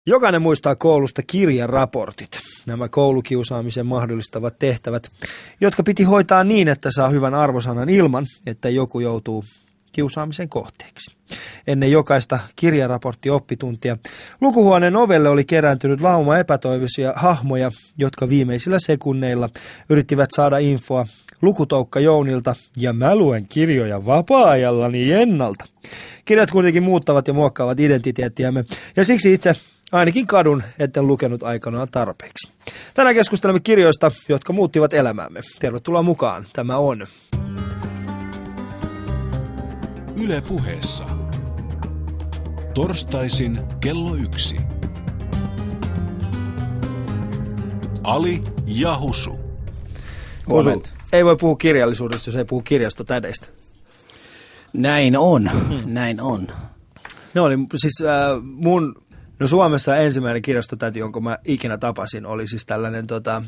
Jokainen muistaa koulusta kirjaraportit, nämä koulukiusaamisen mahdollistavat tehtävät, jotka piti hoitaa niin, että saa hyvän arvosanan ilman, että joku joutuu kiusaamisen kohteeksi. Ennen jokaista kirjaraporttioppituntia lukuhuoneen ovelle oli kerääntynyt lauma epätoivoisia hahmoja, jotka viimeisillä sekunneilla yrittivät saada infoa Lukutoukka Jounilta ja mä luen kirjoja vapaa-ajallani ennalta. Kirjat kuitenkin muuttavat ja muokkaavat identiteettiämme ja siksi itse ainakin kadun, etten lukenut aikanaan tarpeeksi. Tänään keskustelemme kirjoista, jotka muuttivat elämäämme. Tervetuloa mukaan. Tämä on Yle Puheessa. Torstaisin kello 1. Ali ja Husu. Husu, ei voi puhua kirjallisuudesta, jos ei puhu kirjastotädeistä. Näin on, näin on. Ne oli siis Suomessa ensimmäinen kirjastotäti, jonka mä ikinä tapasin, oli siis tällainen,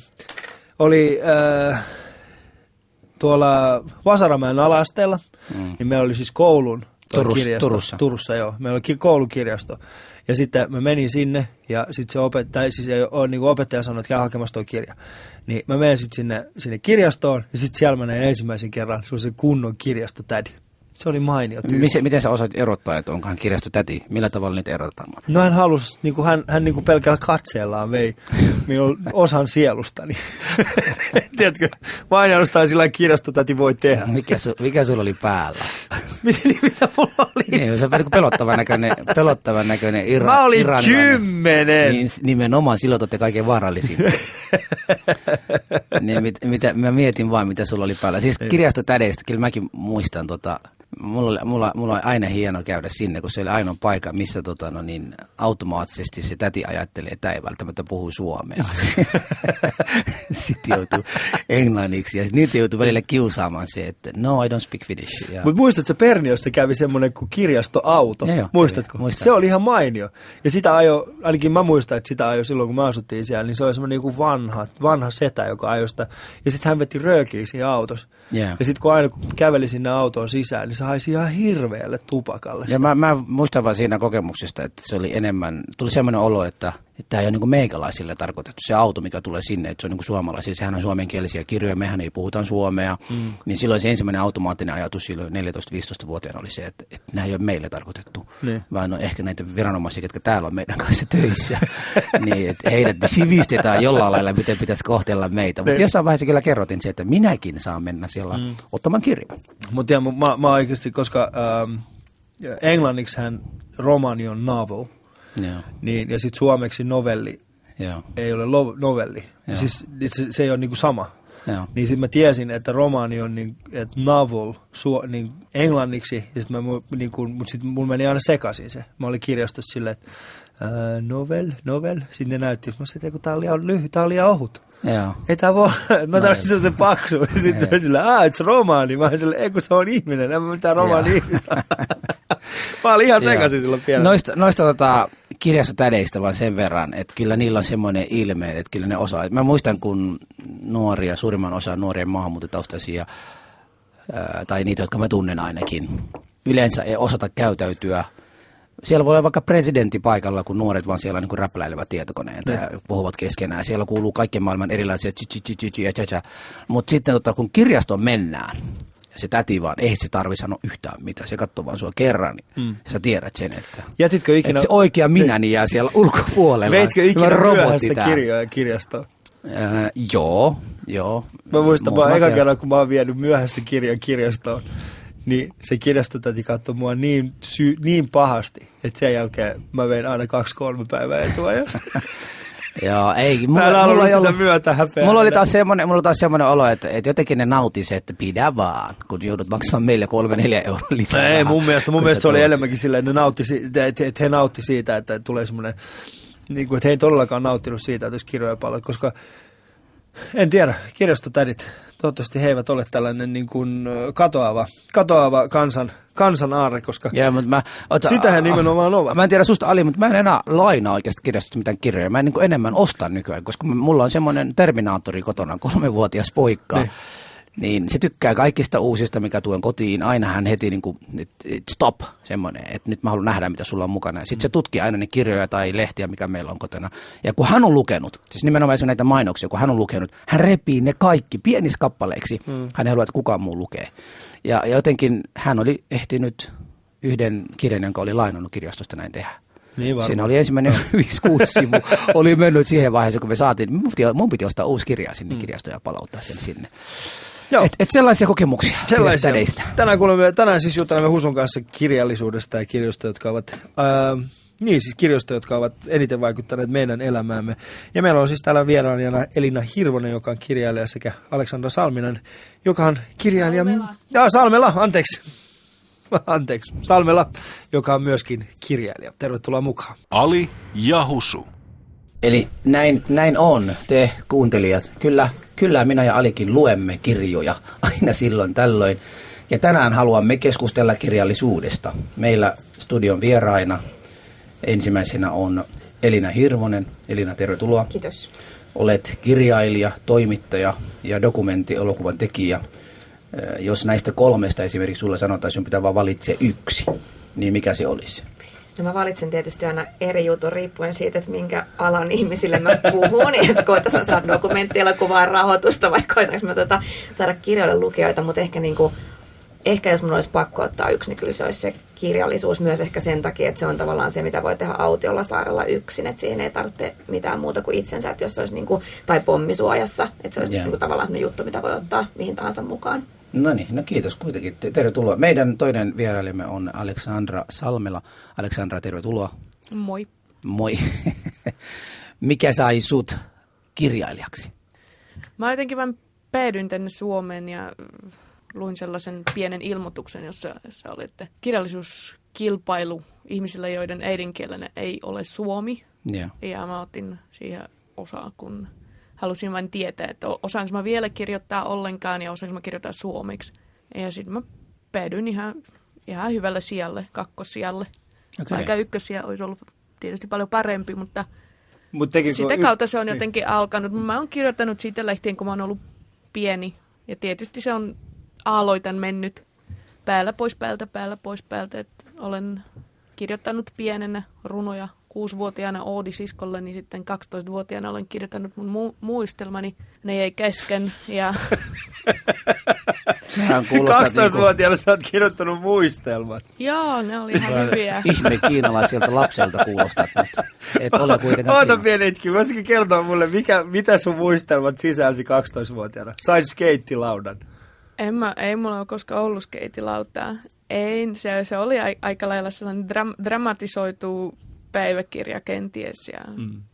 tuolla Vasaramäen ala-asteella, niin meillä oli siis koulun kirjasto. Turussa, joo. Meillä oli koulukirjasto. Ja sitten mä menin sinne, ja sitten opettaja sanoi, että käy hakemassa toi kirja. Niin mä menen sitten sinne kirjastoon, ja sitten siellä mä näin ensimmäisen kerran sellaisen kunnon kirjastotädi. Se oli mainio tyyppi. Miten sä osaat erottaa, että onkohan kirjastotäti? Millä tavalla niitä erotetaan? No hän halusi, hän pelkällä katseellaan vei minun osan sielustani. Tiedätkö, vain ainoastaan sillä kirjastotäti voi tehdä. Mikä sulla oli päällä? Mitä mulla oli? Niin, se on vähän pelottavan näköinen Mä olin 10. Niin, nimenomaan silloin olette kaikkein vaarallisin. Niin, mä mietin vaan, mitä sulla oli päällä. Siis kirjastotädeistä, kyllä mäkin muistan, mulla on aina hieno käydä sinne, kun se oli ainoa paikka, missä automaattisesti se täti ajattelee, että ei välttämättä puhu suomea. Sitten joutuu englanniksi ja niitä joutuu välillä kiusaamaan se, että no I don't speak Finnish. Mutta muistatko Perniossa kävi semmoinen kuin kirjastoauto? Joo, muistatko? Muistan. Se oli ihan mainio. Ja sitä ajoi, ainakin mä muistan, että sitä ajoi silloin kun me asuttiin siellä, niin se oli semmoinen joku vanha setä, joka ajoi sitä. Ja sitten hän veti röökiä siinä autossa. Yeah. Ja sitten kun käveli sinne autoon sisään, niin se haisi ihan hirveälle tupakalle. Ja mä muistan vaan siinä kokemuksesta, että se oli enemmän, tuli semmoinen olo, että tämä ei ole niin meikäläisille tarkoitettu. Se auto, mikä tulee sinne, että se on niin suomalaisia, sehän on suomenkielisiä kirjoja, mehän ei puhuta suomea. Niin silloin se ensimmäinen automaattinen ajatus silloin 14-15-vuotiaana oli se, että nämä ei ole meille tarkoitettu. Vaan on ehkä näitä viranomaisia, jotka täällä on meidän kanssa töissä. Niin, että heidät sivistetään jollain lailla, miten pitäisi kohtella meitä. Mutta jossain vaiheessa kyllä kerrotin se, että minäkin saan mennä siellä ottamaan kirjan. Mutta mä oikeasti, koska englanniksihän romaani on novel. Joo. Niin, ja sitten suomeksi novelli ei ole novelli. Siis se ei ole niinku sama. Joo. Niin sitten mä tiesin, että romaani on että novel niin englanniksi, ja sitten mutta sitten mulla meni aina sekaisin se. Mä olin kirjastossa silleen, että novel. Sitten ne näytti, mä sanoin, että tää on liian lyhyt, tää on liian ohut. Joo. Ei tää voi, mä tarvitsin sellaisen paksu. Ja sitten se oli silleen, it's romaani. Mä olin silleen, kun se on ihminen, en mä mitään romaani ihmistä. Mä olin ihan sekaisin silloin pienellä. Noista kirjastotädeistä vaan sen verran, että kyllä niillä on semmoinen ilme, että kyllä ne osaa. Mä muistan, kun suurimman osa nuorien maahanmuuttotaustaisia, tai niitä, jotka mä tunnen ainakin, yleensä ei osata käytäytyä. Siellä voi olla vaikka presidentti paikalla, kun nuoret vaan siellä niin räpläilevät tietokoneita ja puhuvat keskenään. Siellä kuuluu kaikkien maailman erilaisia mutta sitten kun kirjastoon mennään, ja se täti vaan, ei se tarvitse sanoa yhtään mitään. Se katsoo vaan sua kerran, niin sä tiedät sen, että se oikea minäni jää siellä ulkopuolella. Veitkö ikinä myöhässä kirjoja kirjastoon? Joo. Mä muistan vaan eka kerran, kun mä oon vienyt myöhässä kirjastoon, niin se kirjastotäti katsoi mua niin pahasti, että sen jälkeen mä vein aina 2-3 päivää etuajassa. Joo, ei. Mulla oli taas semmoinen olo, että jotenkin ne nauti se, että pidä vaan, kun joudut maksamaan meille 3-4 euroa lisää. Ei, mun mielestä se oli enemmänkin silleen, että he nautti siitä, että tulee semmoinen, niin kuin, että he ei todellakaan nauttinut siitä, että olisi kirjoja paljon, koska en tiedä, kirjastotädit, toivottavasti he eivät ole tällainen niin kuin katoava kansan aarre, koska sitähän nimenomaan ovat. Mä en tiedä susta, Ali, mutta mä en enää lainaa oikeasti kirjastosta mitään kirjoja. Mä en niin kuin enemmän osta nykyään, koska mulla on semmoinen Terminaattori kotona, 3-vuotias poikka. niin se tykkää kaikista uusista, mikä tuon kotiin. Aina hän heti niin kuin, stop, semmoinen, että nyt mä haluan nähdä, mitä sulla on mukana. Sitten se tutkii aina ne kirjoja tai lehtiä, mikä meillä on kotona. Ja kun hän on lukenut, siis nimenomaan näitä mainoksia, kun hän on lukenut, hän repii ne kaikki pieniksi kappaleiksi. Hän ei halua, että kukaan muu lukee. Ja jotenkin hän oli ehtinyt yhden kirjan, jonka oli lainannut kirjastosta näin tehdä. Niin siinä oli ensimmäinen 5-6 sivu. Oli mennyt siihen vaiheeseen, kun me saatiin, mun piti ostaa uusi kirja sinne kirjastoon ja palauttaa sen sinne. Et sellaisia kokemuksia. Tänään siis juttelemme Husun kanssa kirjallisuudesta ja kirjoista, jotka ovat... kirjoista, jotka ovat eniten vaikuttaneet meidän elämäämme. Ja meillä on siis täällä vierailijana Elina Hirvonen, joka on kirjailija, sekä Aleksandra Salminen, joka on kirjailija... Salmela, Salmela, joka on myöskin kirjailija. Tervetuloa mukaan. Ali ja Husu. Eli näin on, te kuuntelijat. Kyllä minä ja Alikin luemme kirjoja aina silloin tällöin. Ja tänään haluamme keskustella kirjallisuudesta. Meillä studion vieraina ensimmäisenä on Elina Hirvonen. Elina, tervetuloa. Kiitos. Olet kirjailija, toimittaja ja dokumenttielokuvan tekijä. Jos näistä kolmesta esimerkiksi sulle sanotaan, että sinun pitää vaan valitse yksi, niin mikä se olisi? No mä valitsen tietysti aina eri jutun riippuen siitä, että minkä alan ihmisille mä puhun, että koetaan mä saada dokumenttielokuvaa rahoitusta vai koetaanko mä saada kirjoille lukijoita, mutta ehkä jos mun olisi pakko ottaa yksi, niin kyllä se olisi se kirjallisuus myös ehkä sen takia, että se on tavallaan se, mitä voi tehdä autiolla saarella yksin, että siihen ei tarvitse mitään muuta kuin itsensä, että jos se olisi tai pommisuojassa, että se olisi tavallaan sellainen juttu, mitä voi ottaa mihin tahansa mukaan. No niin, no kiitos kuitenkin. Tervetuloa. Meidän toinen vierailijamme on Aleksandra Salmela. Aleksandra, tervetuloa. Moi. Moi. Mikä sai sut kirjailijaksi? Mä jotenkin vaan päädyin tänne Suomeen ja luin sellaisen pienen ilmoituksen, jossa oli, että kirjallisuuskilpailu ihmisillä, joiden äidinkielenä ei ole suomi. Yeah. Ja mä otin siihen osaa, kun halusin vain tietää, että osaanko mä vielä kirjoittaa ollenkaan ja osaanko mä kirjoittaa suomeksi. Ja sitten mä päädyin ihan hyvälle sijalle, kakkossijalle. Okay. Vaikka ykkössiä olisi ollut tietysti paljon parempi, mutta sitä kautta se on jotenkin alkanut. Mä oon kirjoittanut siitä lähtien, kun mä oon ollut pieni. Ja tietysti se on aaloitan mennyt päällä pois päältä. Että olen kirjoittanut pienenä runoja 6-vuotiaana Oodi-siskolle, niin sitten 12-vuotiaana olen kirjoittanut mun muistelmani. Ne jäi kesken. Ja 12-vuotiaana sä oot kirjoittanut muistelmat. Joo, ne oli ihan hyviä. Ihme kiinalaisilta lapselta kuulostaa, mutta et ole kuitenkaan. Oota pieni hetki, voisitko kertoa mulle, mitä sun muistelmat sisälsi 12-vuotiaana? Sain skeittilaudan. Ei mulla ole koskaan ollut skeittilautaa. Ei, se oli aika lailla sellainen dramatisoitu päiväkirja kenties. Ja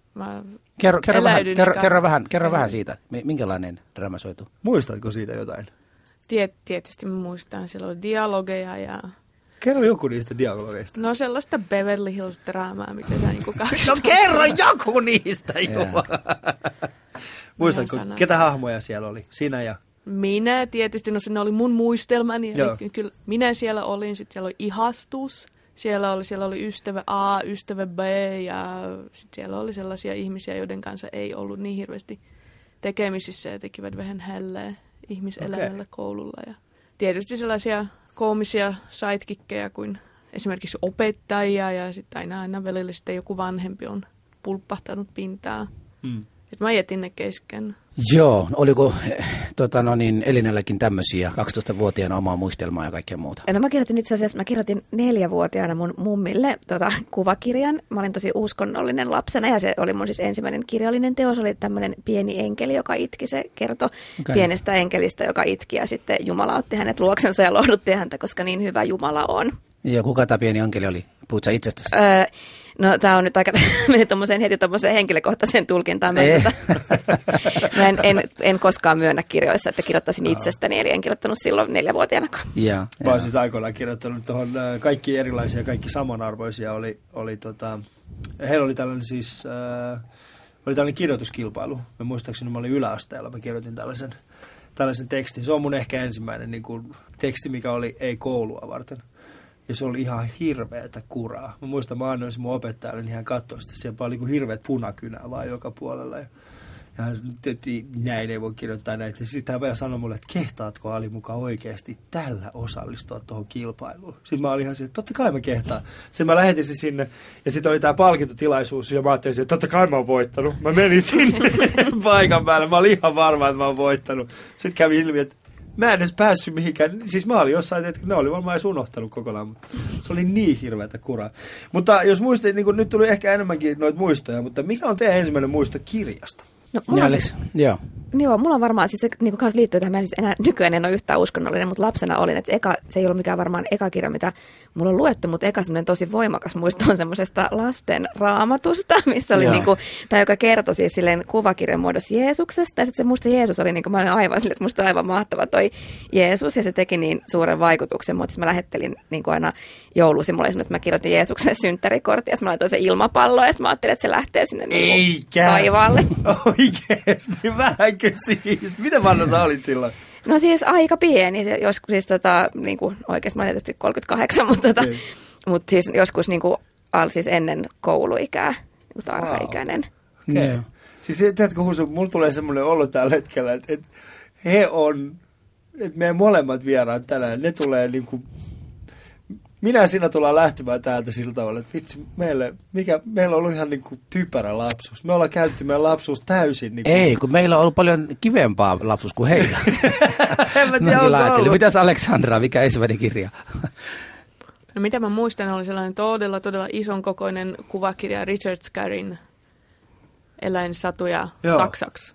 Kerro vähän siitä. Minkälainen dramatisoitu? Muistatko siitä jotain? Tietysti muistan. Siellä oli dialogeja ja... Kerro joku niistä dialogeista. No sellaista Beverly Hills-draamaa, mikä sä niinku No kerro joku niistä! Muistatko, ketä hahmoja siellä oli? Sinä ja... Minä tietysti, no se oli mun muistelmani. Kyllä minä siellä olin, sitten siellä oli ihastus. Siellä oli ystävä A, ystävä B ja sitten siellä oli sellaisia ihmisiä, joiden kanssa ei ollut niin hirveästi tekemisissä ja tekivät vähän hälleä ihmiselämällä koululla. Ja tietysti sellaisia koomisia sidekickkejä kuin esimerkiksi opettajia ja sitten aina välillä sitten joku vanhempi on pulppahtanut pintaa. Et mä jätin ne kesken. Joo, oliko Elinälläkin tämmöisiä 12-vuotiaana omaa muistelmaa ja kaikkea muuta? No mä kirjoitin 4-vuotiaana mun mummille kuvakirjan. Mä olin tosi uskonnollinen lapsena ja se oli mun siis ensimmäinen kirjallinen teos. Oli tämmöinen pieni enkeli, joka itki. Se kertoi pienestä enkelistä, joka itki ja sitten Jumala otti hänet luoksensa ja lohdutti häntä, koska niin hyvä Jumala on. Ja kuka tämä pieni enkeli oli? Puhut sä itsestäsi? No tämä on nyt aika heti tuommoiseen henkilökohtaiseen tulkintaan. Mä en koskaan myönnä kirjoissa, että kirjoittaisin itsestäni, eli en kirjoittanut silloin 4-vuotiaanakaan. Mä oon siis aikoinaan kirjoittanut tuohon kaikki erilaisia, kaikki samanarvoisia. Heillä oli tällainen siis, oli tällainen kirjoituskilpailu. Mä muistaakseni mä olin yläasteella, mä kirjoitin tällaisen tekstin. Se on mun ehkä ensimmäinen niin kuin, teksti, mikä oli ei koulua varten. Ja se oli ihan hirveätä kuraa. Mä muistan, mä annoin sen mun opettajalle, niin hän katsoi sitä. Siellä oli hirveät punakynää vaan joka puolella. Ja näin ei voi kirjoittaa näitä. Sitten hän vielä sanoi mulle, että kehtaatko Ali mukaan oikeasti tällä osallistua tuohon kilpailuun. Sitten mä olin ihan että totta kai mä kehtaan. Sitten mä lähetin se sinne ja sitten oli tämä palkintotilaisuus ja mä ajattelin, että totta kai mä oon voittanut. Mä menin sinne paikan päälle. Mä olin ihan varma, että mä oon voittanut. Sitten kävi ilmi, että mä en edes päässyt mihinkään. Siis mä olin jossain, että ne oli varmaan edes unohtanut kokonaan. Mutta se oli niin hirveätä kuraa. Mutta jos muistin, niin nyt tuli ehkä enemmänkin noita muistoja, mutta mikä on teidän ensimmäinen muisto kirjasta? No, Joo, mulla on varmaan, siis se niin kanssa liittyy tähän, mä siis enää nykyään en ole yhtään uskonnollinen, mutta lapsena olin, että se ei ollut mikään varmaan eka kirja, mitä mulla on luettu, mutta eka semmoinen tosi voimakas muisto on semmoisesta lasten raamatusta, missä oli tai joka kertoi siis silleen kuvakirjan muodossa Jeesuksesta, ja sitten se musta Jeesus oli, mä olin aivan silleen, että musta aivan mahtava toi Jeesus, ja se teki niin suuren vaikutuksen, mutta mä lähettelin aina jouluisin, mulla oli että mä kirjoitin Jeesuksen synttärikortin, ja mä laitoin se ilmapallo, ja sitten mä ajattelin, että se lähtee sinne taivaalle. Oikeesti, vähänkö siis? Miten vanha sä olit silloin? No siis aika pieni, joskus siis oikeasti mä olin tietysti 38, mutta siis joskus siis ennen kouluikää, tarha-ikäinen. Okay. Siis tiedätkö Husu, mulla tulee semmoinen olo tällä hetkellä, että meidän molemmat vieraat tänään, ne tulee minä ja sinä tullaan lähtemään täältä sillä tavalla, että vitsi, meillä on ollut ihan typerä lapsuus. Me ollaan käytetty meidän lapsuus täysin. Ei, kun meillä on ollut paljon kivempaa lapsuus kuin heillä. En mä tiedä, onko ollut. Mitäs Aleksandra, mikä ensimmäinen kirja? No mitä mä muistan, oli sellainen todella ison kokoinen kuvakirja Richard Scarrin eläinsatuja saksaksi.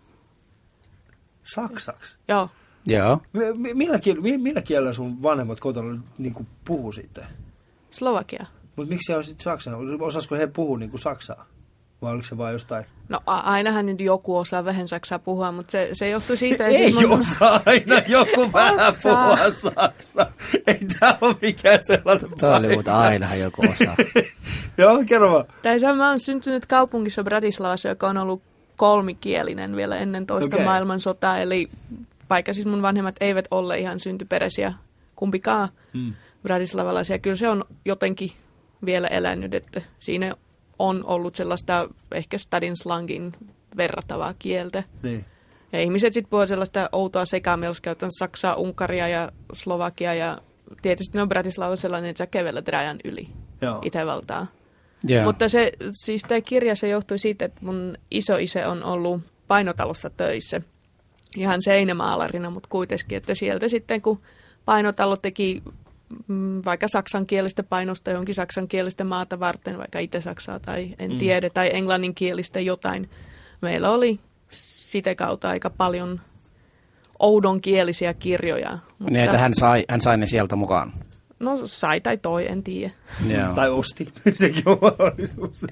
Saksaksi? Joo. Joo. Millä kielellä sun vanhemmat kotona puhuu sitten? Slovakia. Mutta miksi se on sitten saksaa? Osaisiko he puhua saksaa? Vai oliko se vaan jostain? No ainahan nyt joku osaa vähän saksaa puhua, mutta se johtuu siitä, että... Ei osaa aina joku vähän puhua saksaa. Ei tämä ole mikään sellainen Tämä oli, mutta ainahan joku osaa. Joo, kerro vaan. Mä oon syntynyt kaupungissa Bratislavassa, joka on ollut kolmikielinen vielä ennen toista maailmansotaa, eli vaikka siis mun vanhemmat eivät ole ihan syntyperäisiä kumpikaan bratislavalaisia, kyllä se on jotenkin vielä elänyt, että siinä on ollut sellaista ehkä stadin slangin verrattavaa kieltä. Niin. Ja ihmiset sitten puhuvat sellaista outoa sekamelskaa, saksaa, unkaria ja slovakia ja tietysti no Bratislava on sellainen, että sä kävelet rajan yli Itävaltaa. Yeah. Mutta tämä kirja se johtui siitä, että mun isoisä on ollut painotalossa töissä. Ihan seinämaalarina, mutta kuitenkin, että sieltä sitten kun painotalo teki vaikka saksankielistä painosta johonkin saksankielistä maata varten, vaikka Itä-Saksaa tai en tiedä, tai englanninkielistä jotain. Meillä oli sitä kautta aika paljon oudonkielisiä kirjoja. Mutta niin, että hän sai ne sieltä mukaan. No sai tai toi, en tiedä. Yeah. Tai osti, sekin on mahdollisuus.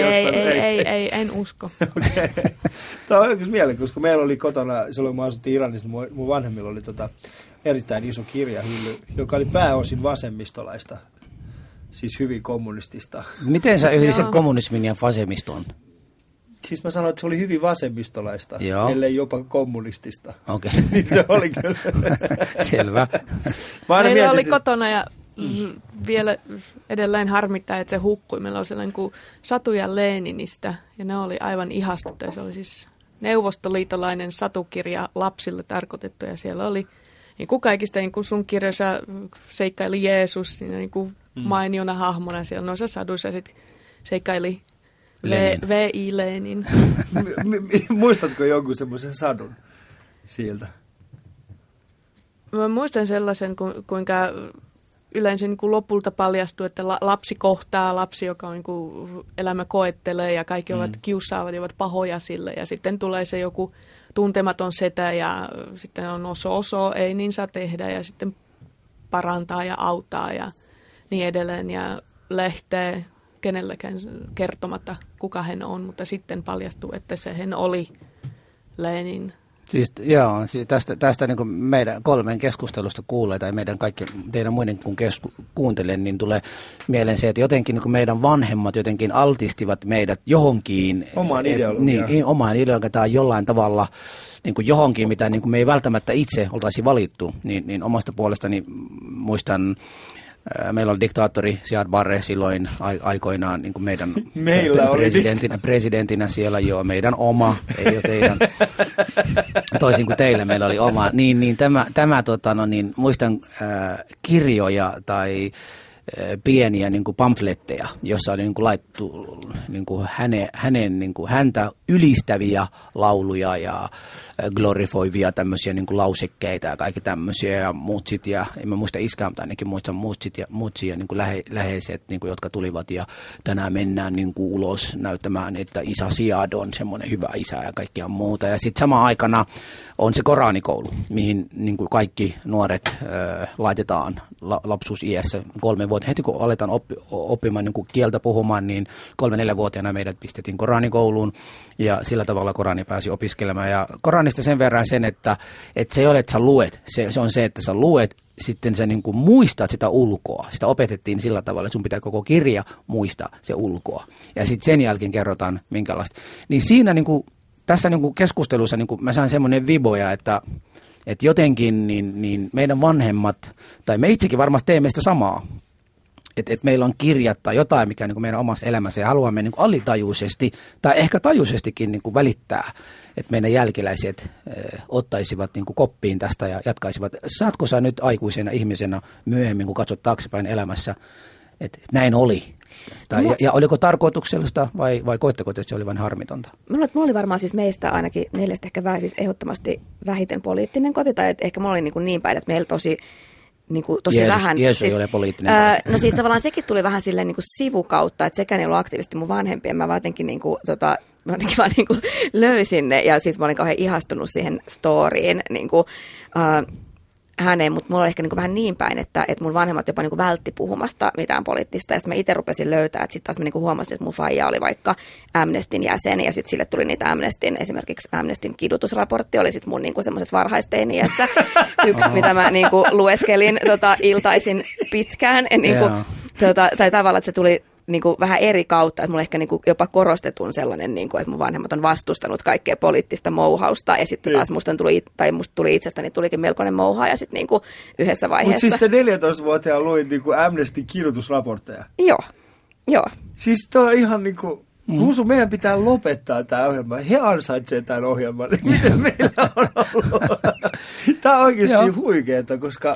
Ei, en usko. Okay. Tämä on oikein mielenkiintoista, koska meillä oli kotona, silloin kun mä asuttiin Iranissa, mun vanhemmilla oli erittäin iso kirjahylly, joka oli pääosin vasemmistolaista, siis hyvin kommunistista. Miten sä yhdistät kommunismin ja vasemmiston? Siis mä sanoin, että se oli hyvin vasemmistolaista, ellei jopa kommunistista. Okei. Niin se oli kyllä. Selvä. Meillä oli kotona ja vielä edelleen harmittaa, että se hukkui. Meillä oli sellainen kuin Satuja Leninistä ja ne oli aivan ihastuttuja. Se oli siis neuvostoliitolainen satukirja lapsille tarkoitettu ja siellä oli niin kuin kaikista niin kuin sun kirjassa seikkaili Jeesus niin kuin mainiona hahmona siellä noissa saduissa sitten seikkaili V.I. Lenin. Muistatko jonkun semmoisen sadun sieltä? Mä muistan sellaisen, kuinka yleensä niin kuin lopulta paljastuu, että lapsi kohtaa lapsi, joka on, niin kuin elämä koettelee ja kaikki ovat kiusaavat ja ovat pahoja sille. Ja sitten tulee se joku tuntematon setä ja sitten on oso, ei niin saa tehdä ja sitten parantaa ja auttaa ja niin edelleen ja lehtee kenellekään kertomatta, kuka hän on, mutta sitten paljastuu, että se hän oli Lenin. Siis joo, tästä niin kuin meidän kolmen keskustelusta kuulee tai meidän kaikki teidän muiden kun kuuntelen, niin tulee mieleen se, että jotenkin niin kuin meidän vanhemmat jotenkin altistivat meidät johonkin omaan ideologiaan. Niin, omaan ideologiaan tai jollain tavalla niin kuin johonkin, mitä niin kuin me ei välttämättä itse oltaisi valittu, niin omasta puolestani muistan Meillä oli diktaattori Siad Barre silloin aikoinaan niin kuin meidän presidentinä siellä, joo, meidän oma, ei ole teidän, toisin kuin teillä meillä oli oma. Niin muistan kirjoja tai pieniä niin kuin pamfletteja, jossa oli niin kuin laittu niin kuin häntä ylistäviä lauluja ja glorifoivia tämmöisiä niin kuin lausekkeita ja kaikki tämmöisiä ja muutsit ja en mä muista iskää, mutta ainakin muistan muutsia niin kuin läheiset, niin kuin, jotka tulivat ja tänään mennään niin kuin ulos näyttämään, että isä Siad on semmoinen hyvä isä ja kaikkea muuta. Ja sitten sama aikana on se Koranikoulu, mihin niin kuin kaikki nuoret laitetaan lapsuusiässä 3 vuotta. Heti kun aletaan oppimaan niin kuin kieltä puhumaan, niin 3-4-vuotiaana meidät pistettiin Koranikouluun ja sillä tavalla Korani pääsi opiskelemaan. Ja Koranista sen verran sen, että se ei ole, että sä luet, se on se, että sä luet, sitten sä niin kuin muistat sitä ulkoa. Sitä opetettiin sillä tavalla, että sun pitää koko kirja muistaa se ulkoa. Ja sitten sen jälkeen kerrotaan minkälaista. Niin siinä niin kuin, tässä niin kuin keskustelussa niin kuin mä sain semmoinen viboja, että jotenkin niin meidän vanhemmat, tai me itsekin varmasti teemme sitä samaa, että meillä on kirjat tai jotain, mikä niin kuin meidän omassa elämässä ja haluamme niin kuin alitajuisesti tai ehkä tajuisestikin niin kuin välittää, että meidän jälkeläiset ottaisivat niin kuin koppiin tästä ja jatkaisivat. Saatko sä nyt aikuisena ihmisenä myöhemmin, kun katsot taaksepäin elämässä, että näin oli? Ja oliko tarkoituksellista vai koitteko, että se oli vain harmitonta? Mulla oli varmaan siis meistä ainakin 4 ehkä siis ehdottomasti vähiten poliittinen koti, tai ehkä mulla oli niin päin, että meillä tosi vähän. Jeesus ei ole poliittinen. No siis tavallaan sekin tuli vähän silleen niin kuin sivukautta, että sekään ei ollut aktiivisesti mun vanhempien. Mä jotenkin vaan löysin ne ja sitten mä olin kauhean ihastunut siihen storyin häneen, mutta mulla oli ehkä vähän niin päin, että mun vanhemmat jopa vältti puhumasta mitään poliittista. Ja sitten mä itse rupesin löytää, että sitten taas mä huomasin, että mun faija oli vaikka Amnestyn jäsen ja sitten sille tuli niitä esimerkiksi Amnestyn kidutusraportti oli sitten mun semmoisessa varhaisteini-iässä yksi, mitä mä lueskelin iltaisin pitkään. Tai tavallaan, että se tuli vähän eri kautta, että mulla ehkä jopa korostetun sellainen, että mun vanhemmat on vastustanut kaikkea poliittista mouhausta ja sitten taas musta tuli itsestäni tulikin melkoinen mouhaaja sitten yhdessä vaiheessa. Mutta siis se 14-vuotiaan luin Amnesty kirjoitusraportteja. Joo. Siis toi on ihan Husu, meidän pitää lopettaa tämä ohjelma. He ansaitsevat tämän ohjelman. Miten meillä on ollut? Tämä on oikeasti huikeeta, koska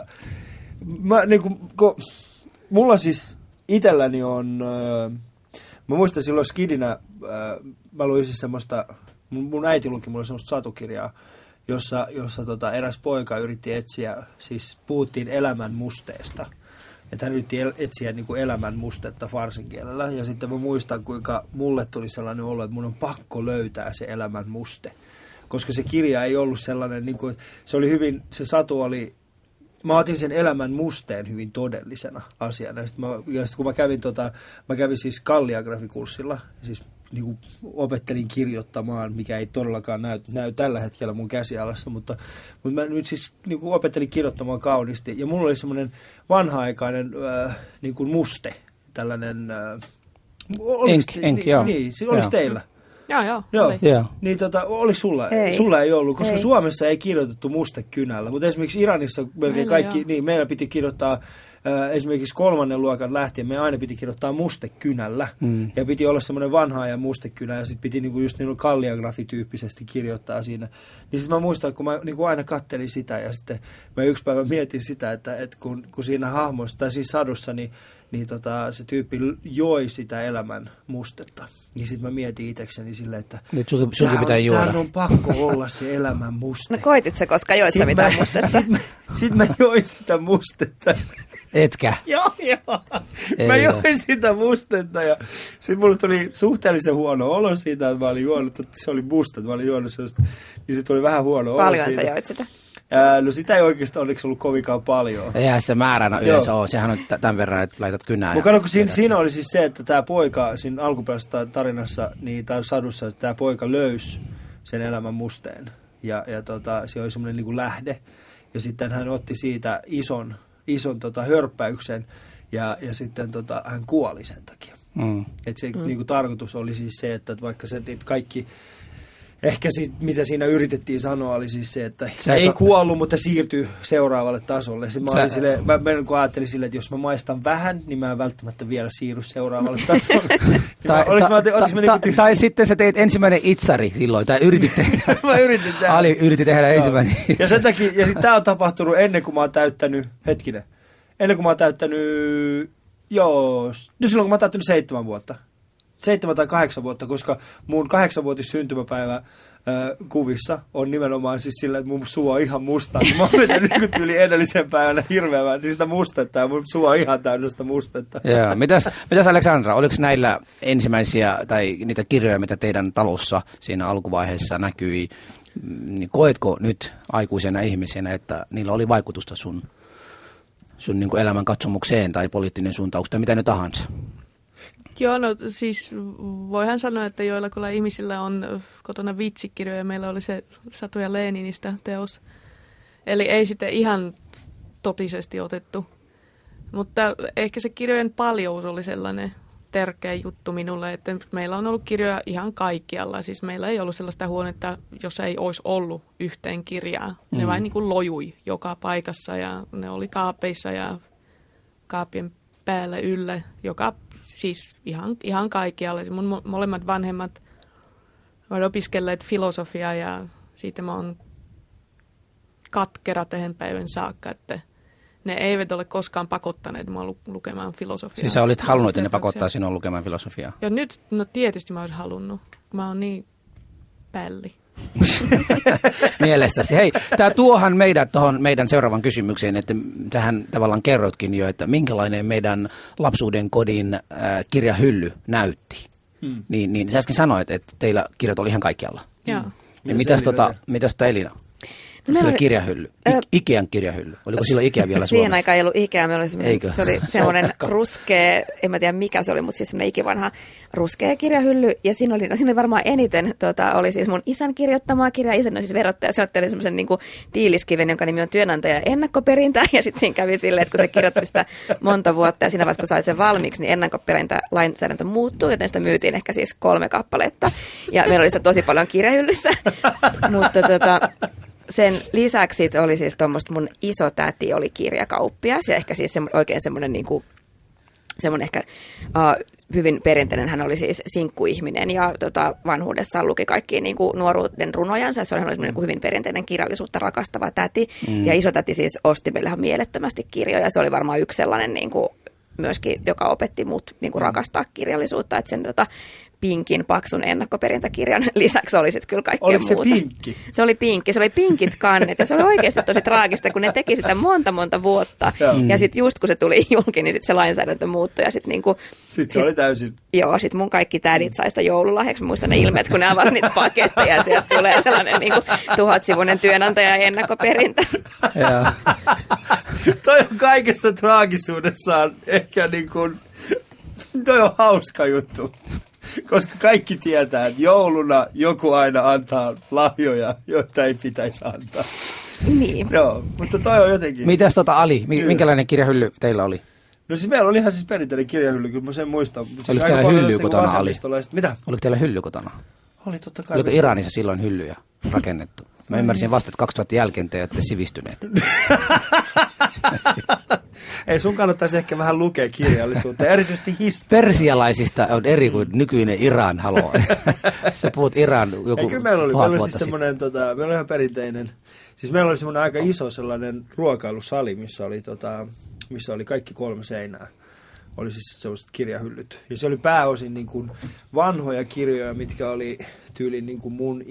mulla siis itselläni on, mä muistan silloin skidinä, mä luin siis semmoista, mun äiti luki mulle semmoista satukirjaa, jossa eräs poika yritti etsiä, siis puhuttiin elämän musteesta. Että hän yritti etsiä elämän mustetta farsinkielellä. Ja sitten mä muistan, kuinka mulle tuli sellainen olo, että mun on pakko löytää se elämän muste. Koska se kirja ei ollut sellainen, se oli hyvin, se satu oli, mä otin sen elämän musteen hyvin todellisena asiana. Sitten kun mä kävin siis kalliagrafikurssilla, siis opettelin kirjoittamaan, mikä ei todellakaan näy tällä hetkellä mun käsialassa, mutta mä nyt siis opettelin kirjoittamaan kauniisti. Ja mulla oli semmoinen vanha-aikainen muste, tällainen. Joo. Niin, oliko teillä? Joo. Niin oliko sulla? Ei. Sulla ei ollut, koska ei. Suomessa ei kirjoitettu mustekynällä, mutta esimerkiksi Iranissa melkein kaikki, niin meillä piti kirjoittaa esimerkiksi 3. luokan lähtien, me aina piti kirjoittaa mustekynällä, ja piti olla semmoinen vanha ajan mustekynä, ja sitten piti just kalliagrafityyppisesti kirjoittaa siinä. Niin sitten mä muistan, kun mä aina kattelin sitä, ja sitten mä yksi päivä mietin sitä, että kun siinä hahmossa, tai siis sadussa, niin se tyyppi joi sitä elämän mustetta. Niin sitten mä mietin itsekseni silleen, että tämän on pakko olla se elämän muste. No koitit sä, koska joit sä mitään mustetta? Sitten mä join sitä mustetta. Etkä? Joo. Mä join sitä mustetta ja sitten mulle tuli suhteellisen huono olo siitä, että mä olin juonut, että se oli musta, että mä olin juonut sellaista, niin se tuli vähän huono olo siitä. Paljon sä joit sitä? No sitä ei oikeastaan onneksi ollut kovinkaan paljon. Eihän sitä määränä yleensä ole. Sehän on tämän verran, että laitat kynää. Mutta kun siinä oli siis se, että tämä poika siinä alkuperäisessä tarinassa, tai sadussa, että tämä poika löysi sen elämän musteen. Ja se oli semmoinen lähde. Ja sitten hän otti siitä ison hörppäyksen ja sitten hän kuoli sen takia. Että se tarkoitus oli siis se, että vaikka se kaikki ehkä mitä siinä yritettiin sanoa oli siis se, että Sä ei et- kuollut, mutta siirtyy seuraavalle tasolle. Sitten mä ajattelin silleen, että jos mä maistan vähän, niin mä en välttämättä vielä siirry seuraavalle tasolle. Tai sitten sä teit ensimmäinen itsari silloin, tai yritit tehdä. Mä yritin tehdä. Ali yritti tehdä ensimmäinen Ja itsari. sen takia, ja sitten tää on tapahtunut ennen kuin mä oon täyttänyt, ennen kuin mä oon täyttänyt, silloin kun mä oon täyttänyt 7 vuotta. 7 tai 8 vuotta, koska mun 8-vuotis syntymäpäivä kuvissa on nimenomaan siis sillä, että mun suu on ihan musta. Mä oon vetänyt yli edellisen päivänä hirveän sitä mustetta ja mun suu on ihan täynnä sitä mustetta. Joo. Mitäs Aleksandra, oliko näillä ensimmäisiä tai niitä kirjoja, mitä teidän talossa siinä alkuvaiheessa näkyi, niin koetko nyt aikuisena ihmisenä, että niillä oli vaikutusta sun niin kuin elämän katsomukseen tai poliittinen suuntaus tai mitä ne tahansa? Joo, no siis voihan sanoa, että joillakulla ihmisillä on kotona vitsikirjoja. Meillä oli se Satu ja Leninistä teos. Eli ei sitten ihan totisesti otettu. Mutta ehkä se kirjojen paljous oli sellainen tärkeä juttu minulle, että meillä on ollut kirjoja ihan kaikkialla. Siis meillä ei ollut sellaista huonetta, jossa ei olisi ollut yhteen kirjaa. Ne vain niin kuin lojui joka paikassa ja ne oli kaapeissa ja kaapien päälle ylle, siis ihan kaikkialle. Mun molemmat vanhemmat ovat opiskelleet filosofiaa ja siitä mä oon katkera tähän päivän saakka, että ne eivät ole koskaan pakottaneet mua lukemaan filosofiaa. Siis sä olit halunnut, että ne pakottaa sinua lukemaan filosofiaa? Ja nyt, no tietysti mä olisin halunnut, kun mä oon niin pälli. Mielestäsi. Hei, tämä tuohan meidät tuohon meidän seuraavan kysymykseen, että tähän tavallaan kerrotkin jo, että minkälainen meidän lapsuuden kodin kirjahylly näytti. Niin sä äsken sanoit, että teillä kirjat oli ihan kaikkialla. Joo. Ja mitäs Elina? Oliko siellä kirjahylly? Ikean kirjahylly. Oliko silloin Ikea vielä Suomessa? Siihen aikaan ei ollut Ikea. Se oli semmoinen ruskea, en mä tiedä mikä se oli, mutta siis semmoinen ikivanha ruskea kirjahylly. Ja siinä oli varmaan eniten, oli siis mun isän kirjoittamaa kirjaa. Isän on siis verottaja. Se otteli semmoisen niin kuin tiiliskiven, jonka nimi on työnantaja ennakkoperintä. Ja sitten siinä kävi silleen, että kun se kirjoitti sitä monta vuotta ja siinä vaiheessa kun sai sen valmiiksi, niin ennakkoperintä-lainsäädäntö muuttui. Joten sitä myytiin ehkä siis 3 kappaletta. Ja meillä oli sitä tosi paljon kirjahyllyssä. Mutta sen lisäksi oli siis tuommoista, mun isotäti oli kirjakauppias ja ehkä siis oikein semmoinen niinku, semmoinen ehkä hyvin perinteinen, hän oli siis sinkkuihminen ja vanhuudessaan luki kaikkia niinku nuoruuden runojansa. Se oli niinku hyvin perinteinen kirjallisuutta rakastava täti ja isotäti siis osti meille ihan mielettömästi kirjoja. Se oli varmaan yksi sellainen niinku, myöskin, joka opetti mut niinku rakastaa kirjallisuutta, että sen pinkin paksun ennakkoperintäkirjan lisäksi oli sitten kyllä kaikkea muuta. Oliko se pinkki? Se oli pinkki, se oli pinkit kannet ja se oli oikeasti tosi traagista, kun ne teki sitä monta vuotta. Ja sitten just kun se tuli julki, niin sitten se lainsäädäntö muuttui. Sitten se oli täysin. Joo, sitten mun kaikki tädit sai sitä joululahjaksi. Muistan ne ilmeet, kun ne avasi niitä paketteja ja sieltä tulee sellainen 1000-sivuinen työnantaja ja ennakkoperintä. Toi on kaikessa traagisuudessaan ehkä niin kuin, toi on hauska juttu. Koska kaikki tietää, että jouluna joku aina antaa lahjoja, joita ei pitäisi antaa. Niin. Joo, mutta toi on jotenkin. Mitäs Ali, minkälainen kirjahylly teillä oli? No siis meillä oli ihan siis perinteinen kirjahylly, kyllä mä sen muistan. Oliko teillä hylly kotona, Ali? Mitä? Oliko teillä hylly kotona? Oli totta kai. Oliko Iranissa silloin hyllyjä rakennettu? Mä ymmärsin vasta, että 2000 jälkeen te olette sivistyneet. Ei, sun kannattaisi ehkä vähän lukea kirjallisuutta, erityisesti historiaa. Persialaisista on eri kuin nykyinen Iran, haloo. Sä puhut Iran joku 1000 meillä oli vuotta siis semmoinen, meillä oli ihan perinteinen, siis meillä oli semmoinen aika iso sellainen ruokailusali, missä oli kaikki 3 seinää. Oli siis sellaiset kirjahyllyt. Ja se oli pääosin niin kuin vanhoja kirjoja, mitkä oli tyyliin niin kuin mun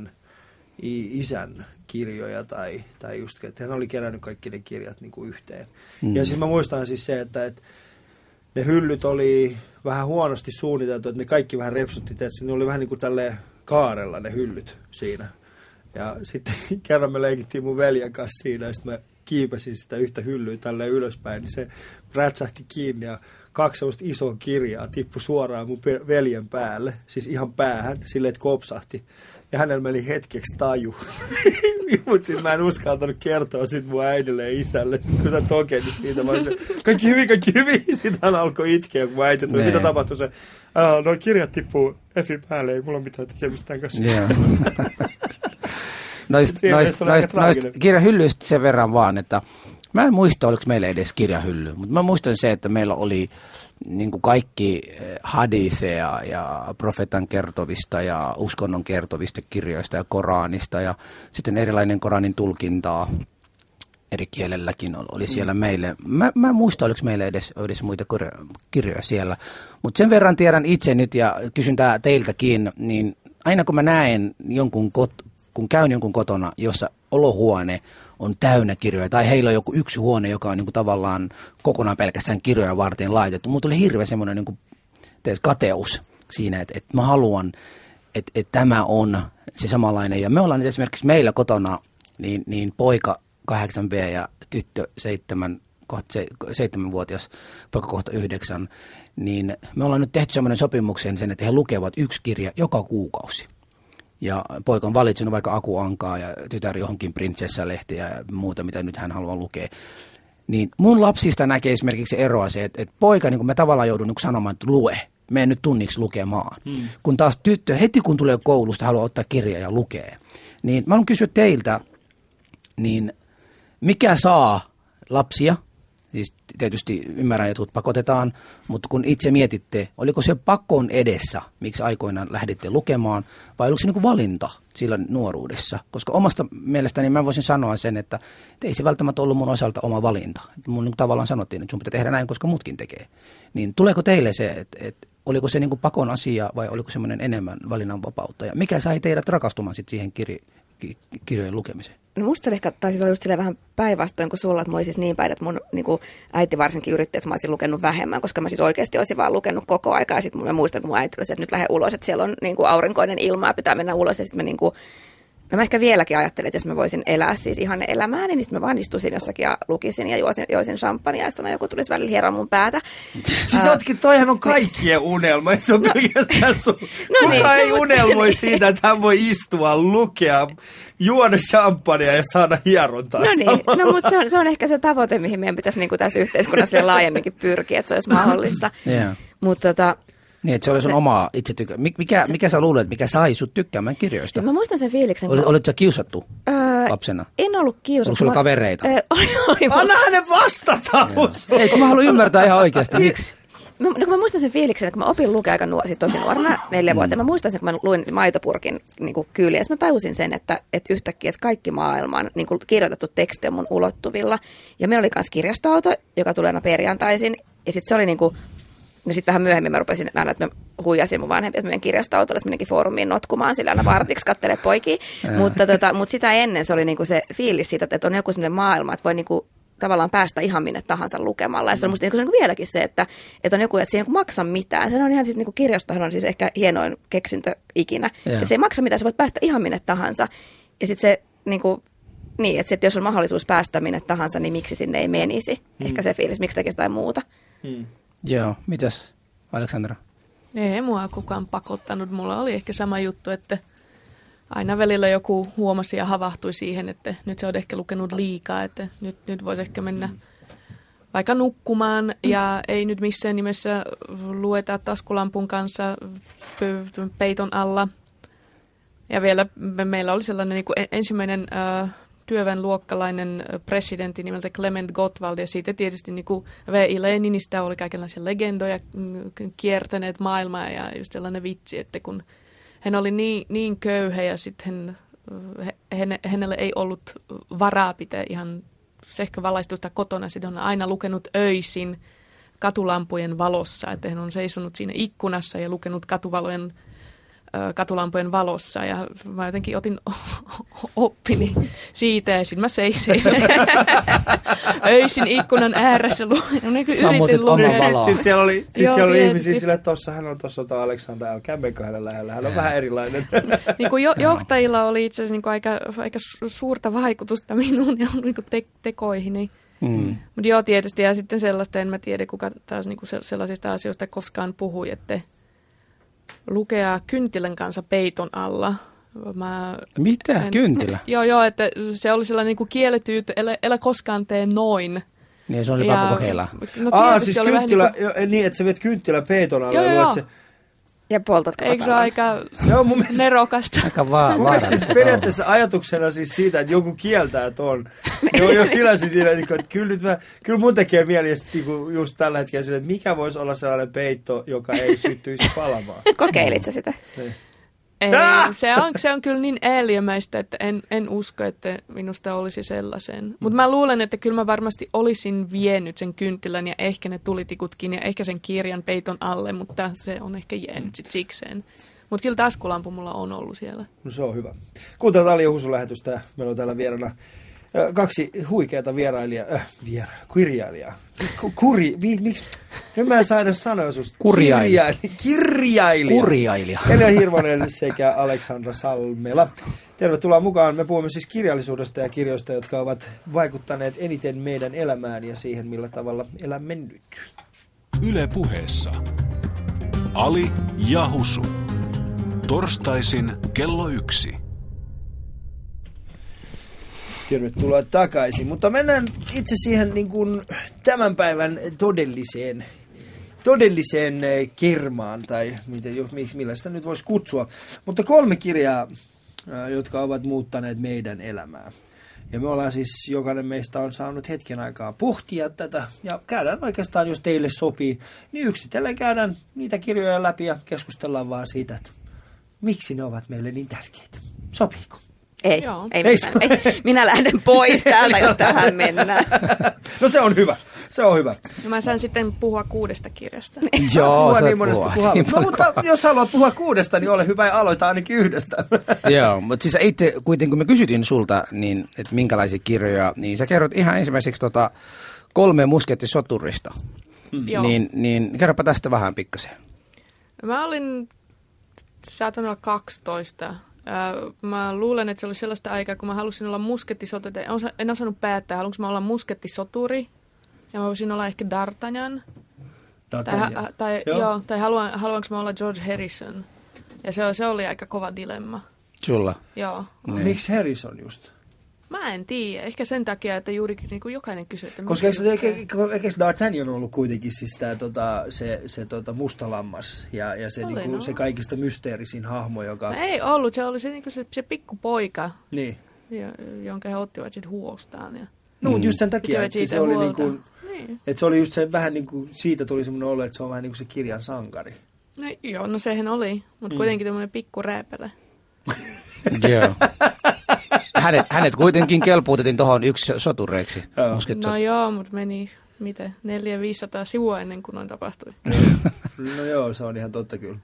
isän kirjoja tai just, että hän oli kerännyt kaikki ne kirjat niin kuin yhteen. Ja siis mä muistan siis se, että ne hyllyt oli vähän huonosti suunniteltu, että ne kaikki vähän repsutti, että ne oli vähän niin kuin tälleen kaarella ne hyllyt siinä. Ja sitten kerran me leikittiin mun veljen kanssa siinä, ja sitten me kiipesin sitä yhtä hyllyä tälleen ylöspäin, niin se rätsähti kiinni ja 2 sellaista isoa kirjaa tippui suoraan mun veljen päälle, siis ihan päähän, silleen, että kopsahti. Ja hänellä meni hetkeksi taju. Mutta sitten mä en uskaltanut kertoa sit mun äidille ja isälle. Sitten kun sä tokeni siitä, mä olisin, kaikki hyvin. Sitten hän alkoi itkeä, kun mun äiti tuli. Mitä tapahtui se? No kirjat tippuu Efin päälle, ei mulla ole mitään tekemistä tämän kanssa. Yeah. Noista kirjahyllyistä sen verran vaan, että mä en muista, oliko meillä edes kirjahylly, mutta mä muistan se, että meillä oli niin kuin kaikki haditheja ja profeetan kertovista ja uskonnon kertovista kirjoista ja Koranista ja sitten erilainen Koranin tulkintaa eri kielelläkin oli siellä meille. Mä en muista, oliko meillä edes muita kirjoja siellä, mutta sen verran tiedän itse nyt ja kysyn teiltäkin, niin aina kun mä näen kun käyn jonkun kotona, jossa olohuone on täynnä kirjoja, tai heillä on joku yksi huone, joka on niin kuin tavallaan kokonaan pelkästään kirjoja varten laitettu. Mulla tuli hirveä semmoinen niin kuin kateus siinä, että mä haluan, että tämä on se samanlainen. Ja me ollaan esimerkiksi meillä kotona, niin poika 8B ja tyttö 7-vuotias, poika kohta 9, niin me ollaan nyt tehty semmoinen sopimuksen sen, että he lukevat 1 kirja joka kuukausi. Ja poika on valitsenut vaikka Aku Ankaa ja tytär johonkin prinsessalehtiä ja muuta, mitä nyt hän haluaa lukea. Niin mun lapsista näkee esimerkiksi eroa se, että poika, niin kuin mä tavallaan joudun niin sanomaan, että lue. Mene nyt tunniksi lukemaan. Kun taas tyttö, heti kun tulee koulusta, haluaa ottaa kirjaa ja lukee. Niin mä haluan kysyä teiltä, niin mikä saa lapsia? Siis tietysti ymmärrän, että pakotetaan, mutta kun itse mietitte, oliko se pakon edessä, miksi aikoinaan lähditte lukemaan, vai oliko se niin kuin valinta silloin nuoruudessa? Koska omasta mielestäni mä voisin sanoa sen, että ei se välttämättä ollut mun osalta oma valinta. Mun niin tavallaan sanottiin, että sun pitää tehdä näin, koska muutkin tekee. Niin tuleeko teille se, että oliko se niin kuin pakon asia vai oliko semmoinen enemmän valinnanvapautta? Ja mikä sai teidät rakastumaan sitten siihen kirjojen lukemiseen? No musta se oli ehkä, tai siis oli just vähän päinvastoin kuin sulla, että mulla oli siis niin päin, että mun niin kuin äiti varsinkin yritti, että mä olisin lukenut vähemmän, koska mä siis oikeasti olisin vaan lukenut koko aikaa. Ja sitten mä muistan, kun mun äiti oli se, että nyt lähde ulos, että siellä on niin kuin aurinkoinen ilma ja pitää mennä ulos. Ja sitten mä niin kuin, no mä ehkä vieläkin ajattelin, että jos mä voisin elää siis ihan elämääni, niin sitten mä vaan istuisin jossakin ja lukisin ja joisin champagnea ja sitten joku tulisi välillä hieroa mun päätä. Siis toihan on kaikkien unelma, se on pelkästään sun. No Kuka niin, ei unelmoi siitä, että hän voi istua, lukea, juoda champagnea ja saada hierontaa. No niin, no, mutta se on ehkä se tavoite, mihin meidän pitäisi niin kuin tässä yhteiskunnassa laajemminkin pyrkiä, että se olisi mahdollista. Yeah. Mutta niin, että se oli sun oma itse mikä sä luulet, mikä sai sut tykkäämään kirjoista? Mä muistan sen fiiliksen. Olitko sä kiusattu lapsena? En ollut kiusattu. Oliko sulla kavereita? Anna hänen vastata! Ei, kun mä haluan ymmärtää ihan oikeasti. Miksi? Mä muistan sen fiiliksen, että kun mä opin lukea aika siis tosi nuorena, 4 vuotta. Mä muistan sen, kun mä luin Maitopurkin niin kyyliä. Ja mä tajusin sen, että yhtäkkiä, että kaikki maailman niin kirjoitettu teksti on mun ulottuvilla. Ja meillä oli myös kirjastoauto, joka tuli aina perjantaisin. Ja sitten se oli niin kuin, no sitten vähän myöhemmin mä rupesin aina, että mä huijasin mun vanhempia, että meidän kirjastoautolla menenkin foorumiin notkumaan, sillä aina vartiksi kattelee poikia. Mutta sitä ennen se oli niinku se fiilis siitä, että on joku sellainen maailma, että voi niinku tavallaan päästä ihan minne tahansa lukemalla. Ja se on musta niinku vieläkin se, että on joku, että se ei niinku maksa mitään. Se on ihan siis niinku kirjastohan on siis ehkä hienoin keksintö ikinä. Että se ei maksa mitään, sä voit päästä ihan minne tahansa. Ja sitten se niinku, niin, että jos on mahdollisuus päästä minne tahansa, niin miksi sinne ei menisi? Ehkä se fiilis, miksi tekisi jotain muuta. Joo, mitäs Aleksandra? Ei mua kukaan pakottanut. Mulla oli ehkä sama juttu, että aina välillä joku huomasi ja havahtui siihen, että nyt se on ehkä lukenut liikaa, että nyt voisi ehkä mennä vaikka nukkumaan ja ei nyt missään nimessä lueta taskulampun kanssa peiton alla. Ja vielä meillä oli sellainen niin kuin ensimmäinen työväenluokkalainen presidentti nimeltä Clement Gottwald, ja siitä tietysti niin kuin V.I. Leninistä oli kaikenlaisia legendoja kiertäneet maailmaa, ja just sellainen vitsi, että kun hän oli niin köyhä, ja sitten hänelle ei ollut varaa pitää ihan sähkövalaistusta kotona, sitten on aina lukenut öisin katulampujen valossa, että hän on seisonut siinä ikkunassa ja lukenut katuvalojen katulampujen valossa ja mä jotenkin otin oppini siitä ja sitten mä seisoin öisin ikkunan ääressä Sammutit oman valoa. Sitten siellä oli ihmisiä sillä, että hän on tuossa Aleksandra, älkää menkö hänen lähellä, hän on vähän erilainen. Niin kuin johtajilla oli itse asiassa niin aika suurta vaikutusta minuun ja niin tekoihini. Mutta joo, tietysti, ja sitten sellaista, en mä tiedä, kuka taas niin kuin sellaisista asioista koskaan puhui, että lukea kynttilän kanssa peiton alla. Mitä? Kynttilä? Joo, että se oli sellainen niin kuin kielletty, älä koskaan tee noin. Niin, se oli pakko kokeilla. No, siis kynttilä, niin että sä viet kynttilän peiton alla ja luet se. Ja poltatko eikö se ole aika nerokasta? Aika vaarallista. Siis periaatteessa ajatuksena siis siitä, että joku kieltää ton. Jo sillä siinä, että kyllä mun tekee mieli just tällä hetkellä sille, että mikä voisi olla sellainen peitto, joka ei syttyisi palamaan. Kokeilitko sitä? Ei, se on kyllä niin ääliömäistä, että en usko, että minusta olisi sellaisen. Mutta mä luulen, että kyllä mä varmasti olisin vienyt sen kynttilän ja ehkä ne tulitikutkin ja ehkä sen kirjan peiton alle, mutta se on ehkä jäänyt sit sikseen. Mutta kyllä taskulampu mulla on ollut siellä. No se on hyvä. Kuuntelemme Ali ja Husun lähetystä. Meillä on täällä vieraana 2 huikeata kirjailijaa. Miksi? Nyt mä en saa edes sanoa susta. Kirjailija. Elina Hirvonen sekä Aleksandra Salmela. Tervetuloa mukaan. Me puhumme siis kirjallisuudesta ja kirjoista, jotka ovat vaikuttaneet eniten meidän elämään ja siihen, millä tavalla elämme nyt. Yle Puheessa. Ali ja Husu. Torstaisin kello 1. Tervetuloa takaisin, mutta mennään itse siihen niin kuin tämän päivän todelliseen kermaan, tai millä sitä nyt voisi kutsua. Mutta 3 kirjaa, jotka ovat muuttaneet meidän elämää. Ja me ollaan siis, jokainen meistä on saanut hetken aikaa pohtia tätä, ja käydään oikeastaan, jos teille sopii, niin yksitellen käydään niitä kirjoja läpi ja keskustellaan vaan siitä, että miksi ne ovat meille niin tärkeitä. Sopiiko? Ei. Minä lähden pois täältä, jos tähän mennään. No se on hyvä. No mä saan sitten puhua 6 kirjasta. Joo, niin puhua. No mutta jos haluat puhua 6, niin ole hyvä ja aloita ainakin 1. Joo, mutta siis itse kuitenkin, kun me kysytin sulta, niin, että minkälaisia kirjoja, niin sä kerrot ihan ensimmäiseksi 3 muskettisoturista. Niin kerropa tästä vähän pikkasen. Mä olin saatan olla 12. Mä luulen, että se oli sellaista aikaa, kun mä halusin olla muskettisoturi. En osannut päättää, haluanko mä olla muskettisoturi. Ja mä voisin olla ehkä D'Artagnan. Tai haluanko mä olla George Harrison. Ja se oli aika kova dilemma. Sulla? Joo. Niin. Miksi Harrison just? Mä en tiedä. Ehkä sen takia, että juurikin niin kuin jokainen kysyy, että koska eikö D'Artagnan on ollut kuitenkin siis se mustalammas ja se, oli, niinku, se kaikista mysteerisin hahmo, joka... No ei ollut, se oli se, niinku se pikkupoika, niin. jonka he ottivat sitten huostaan. Ja no mutta just sen takia, että se oli niinku, niin. Että se oli just se vähän niin kuin, siitä tuli semmoinen olo, että se on vähän niin kuin se kirjan sankari. No joo, no sehän oli, mutta kuitenkin tämmöinen pikku rääpälä. Joo. Hänet kuitenkin kelpuutettiin tuohon yksi sotureiksi. No joo, mutta meni 400-500 sivua ennen kuin noin tapahtui. No joo, se on ihan totta kyllä.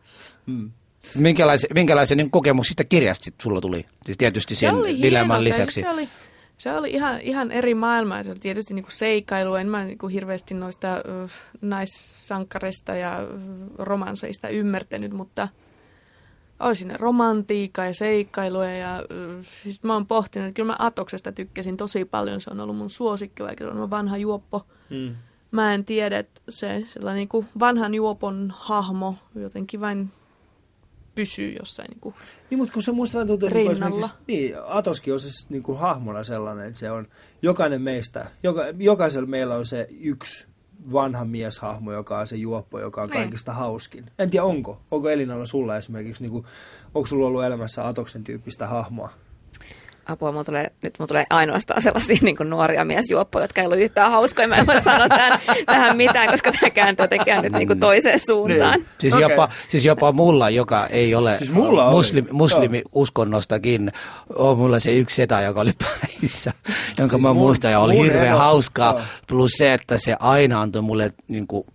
Minkälaisia niin kokemuksista kirjasta sulla tuli? Siis tietysti sen dilemman lisäksi. Se oli ihan eri maailmaa. Se oli tietysti niinku seikkailu. En mä niinku hirveästi noista naissankkareista ja romanseista ymmärtänyt, mutta oli siinä romantiikkaa ja seikkailua. Ja siis mä oon pohtinut, että kyllä mä Atoksesta tykkäsin tosi paljon. Se on ollut mun suosikki, vaikka se on vanha juoppo. Mä en tiedä, että se sellainen niinku vanhan juopon hahmo jotenkin vain pysyy jossain niin, mutta kun se muista vähän tuntuu, niin Atoskin on siis niin kuin hahmona sellainen, että se on jokainen meistä, jokaisella meillä on se yksi vanha mieshahmo, joka on se juoppo, joka on kaikista hauskin. En tiedä, onko Elinalla sulla esimerkiksi, niin kuin, onko sulla ollut elämässä Atoksen tyyppistä hahmoa? Apua, mulla tulee ainoastaan sellaisia niin kuin nuoria miesjuoppoja, jotka ei ollut yhtään hauskoja. Mä en voi sanoa tähän mitään, koska tämä kääntyy nyt niin kuin toiseen suuntaan. Niin. Siis jopa mulla, joka ei ole siis muslimi-uskonnostakin, on mulla se yksi setä, joka oli päissä, jonka siis mä muistan ja oli hirveän hauskaa. Plus se, että se aina antoi mulle niin kuin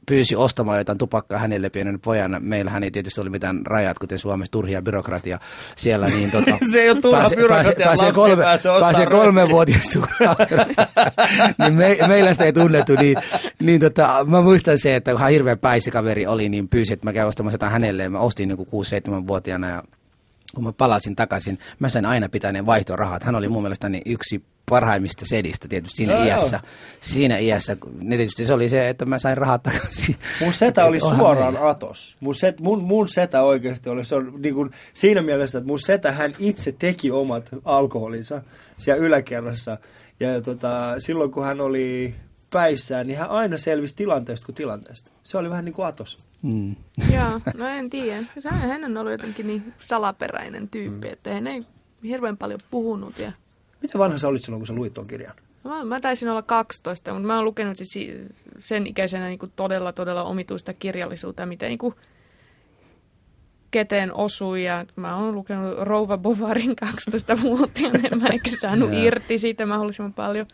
pyysi ostamaan jotain tupakkaa hänelle pienen pojan. Meillähän ei tietysti ole mitään rajat, kuten Suomessa turhia byrokratia siellä. Niin, se ei ole turha byrokratia, pääsee 3-vuotias niin meillä sitä ei tunnettu. Niin, mä muistan se, että kun hirveä päissikaveri oli, niin pyysi, että mä käyn ostamassa jotain hänelle. Mä ostin niin 6-7-vuotiaana ja kun mä palasin takaisin, mä sain aina pitäneen vaihtorahat. Hän oli mun mielestäni yksi parhaimmista sedistä tietysti siinä iässä. Tietysti se oli se, että mä sain rahat takaisin. Mun setä oli suoraan atos. Mun setä oikeasti oli. Se on niin kuin siinä mielessä, että mun setä hän itse teki omat alkoholinsa siellä yläkerrassa. Ja silloin kun hän oli päissään, niin hän aina selvisi tilanteesta kuin tilanteesta. Se oli vähän niin kuin atos. Joo, no en tiedä. Hän on ollut jotenkin niin salaperäinen tyyppi, että hän ei hirveän paljon puhunut. Ja... Miten vanha sä olit silloin, kun sä luit tuon kirjan? Mä taisin olla 12, mutta mä oon lukenut sen ikäisenä niin kuin todella omituista kirjallisuutta, mitä niin kuin keteen osui. Ja mä oon lukenut Rouva Bovarin 12-vuotiaana, ja mä enkä saanut irti siitä mahdollisimman paljon.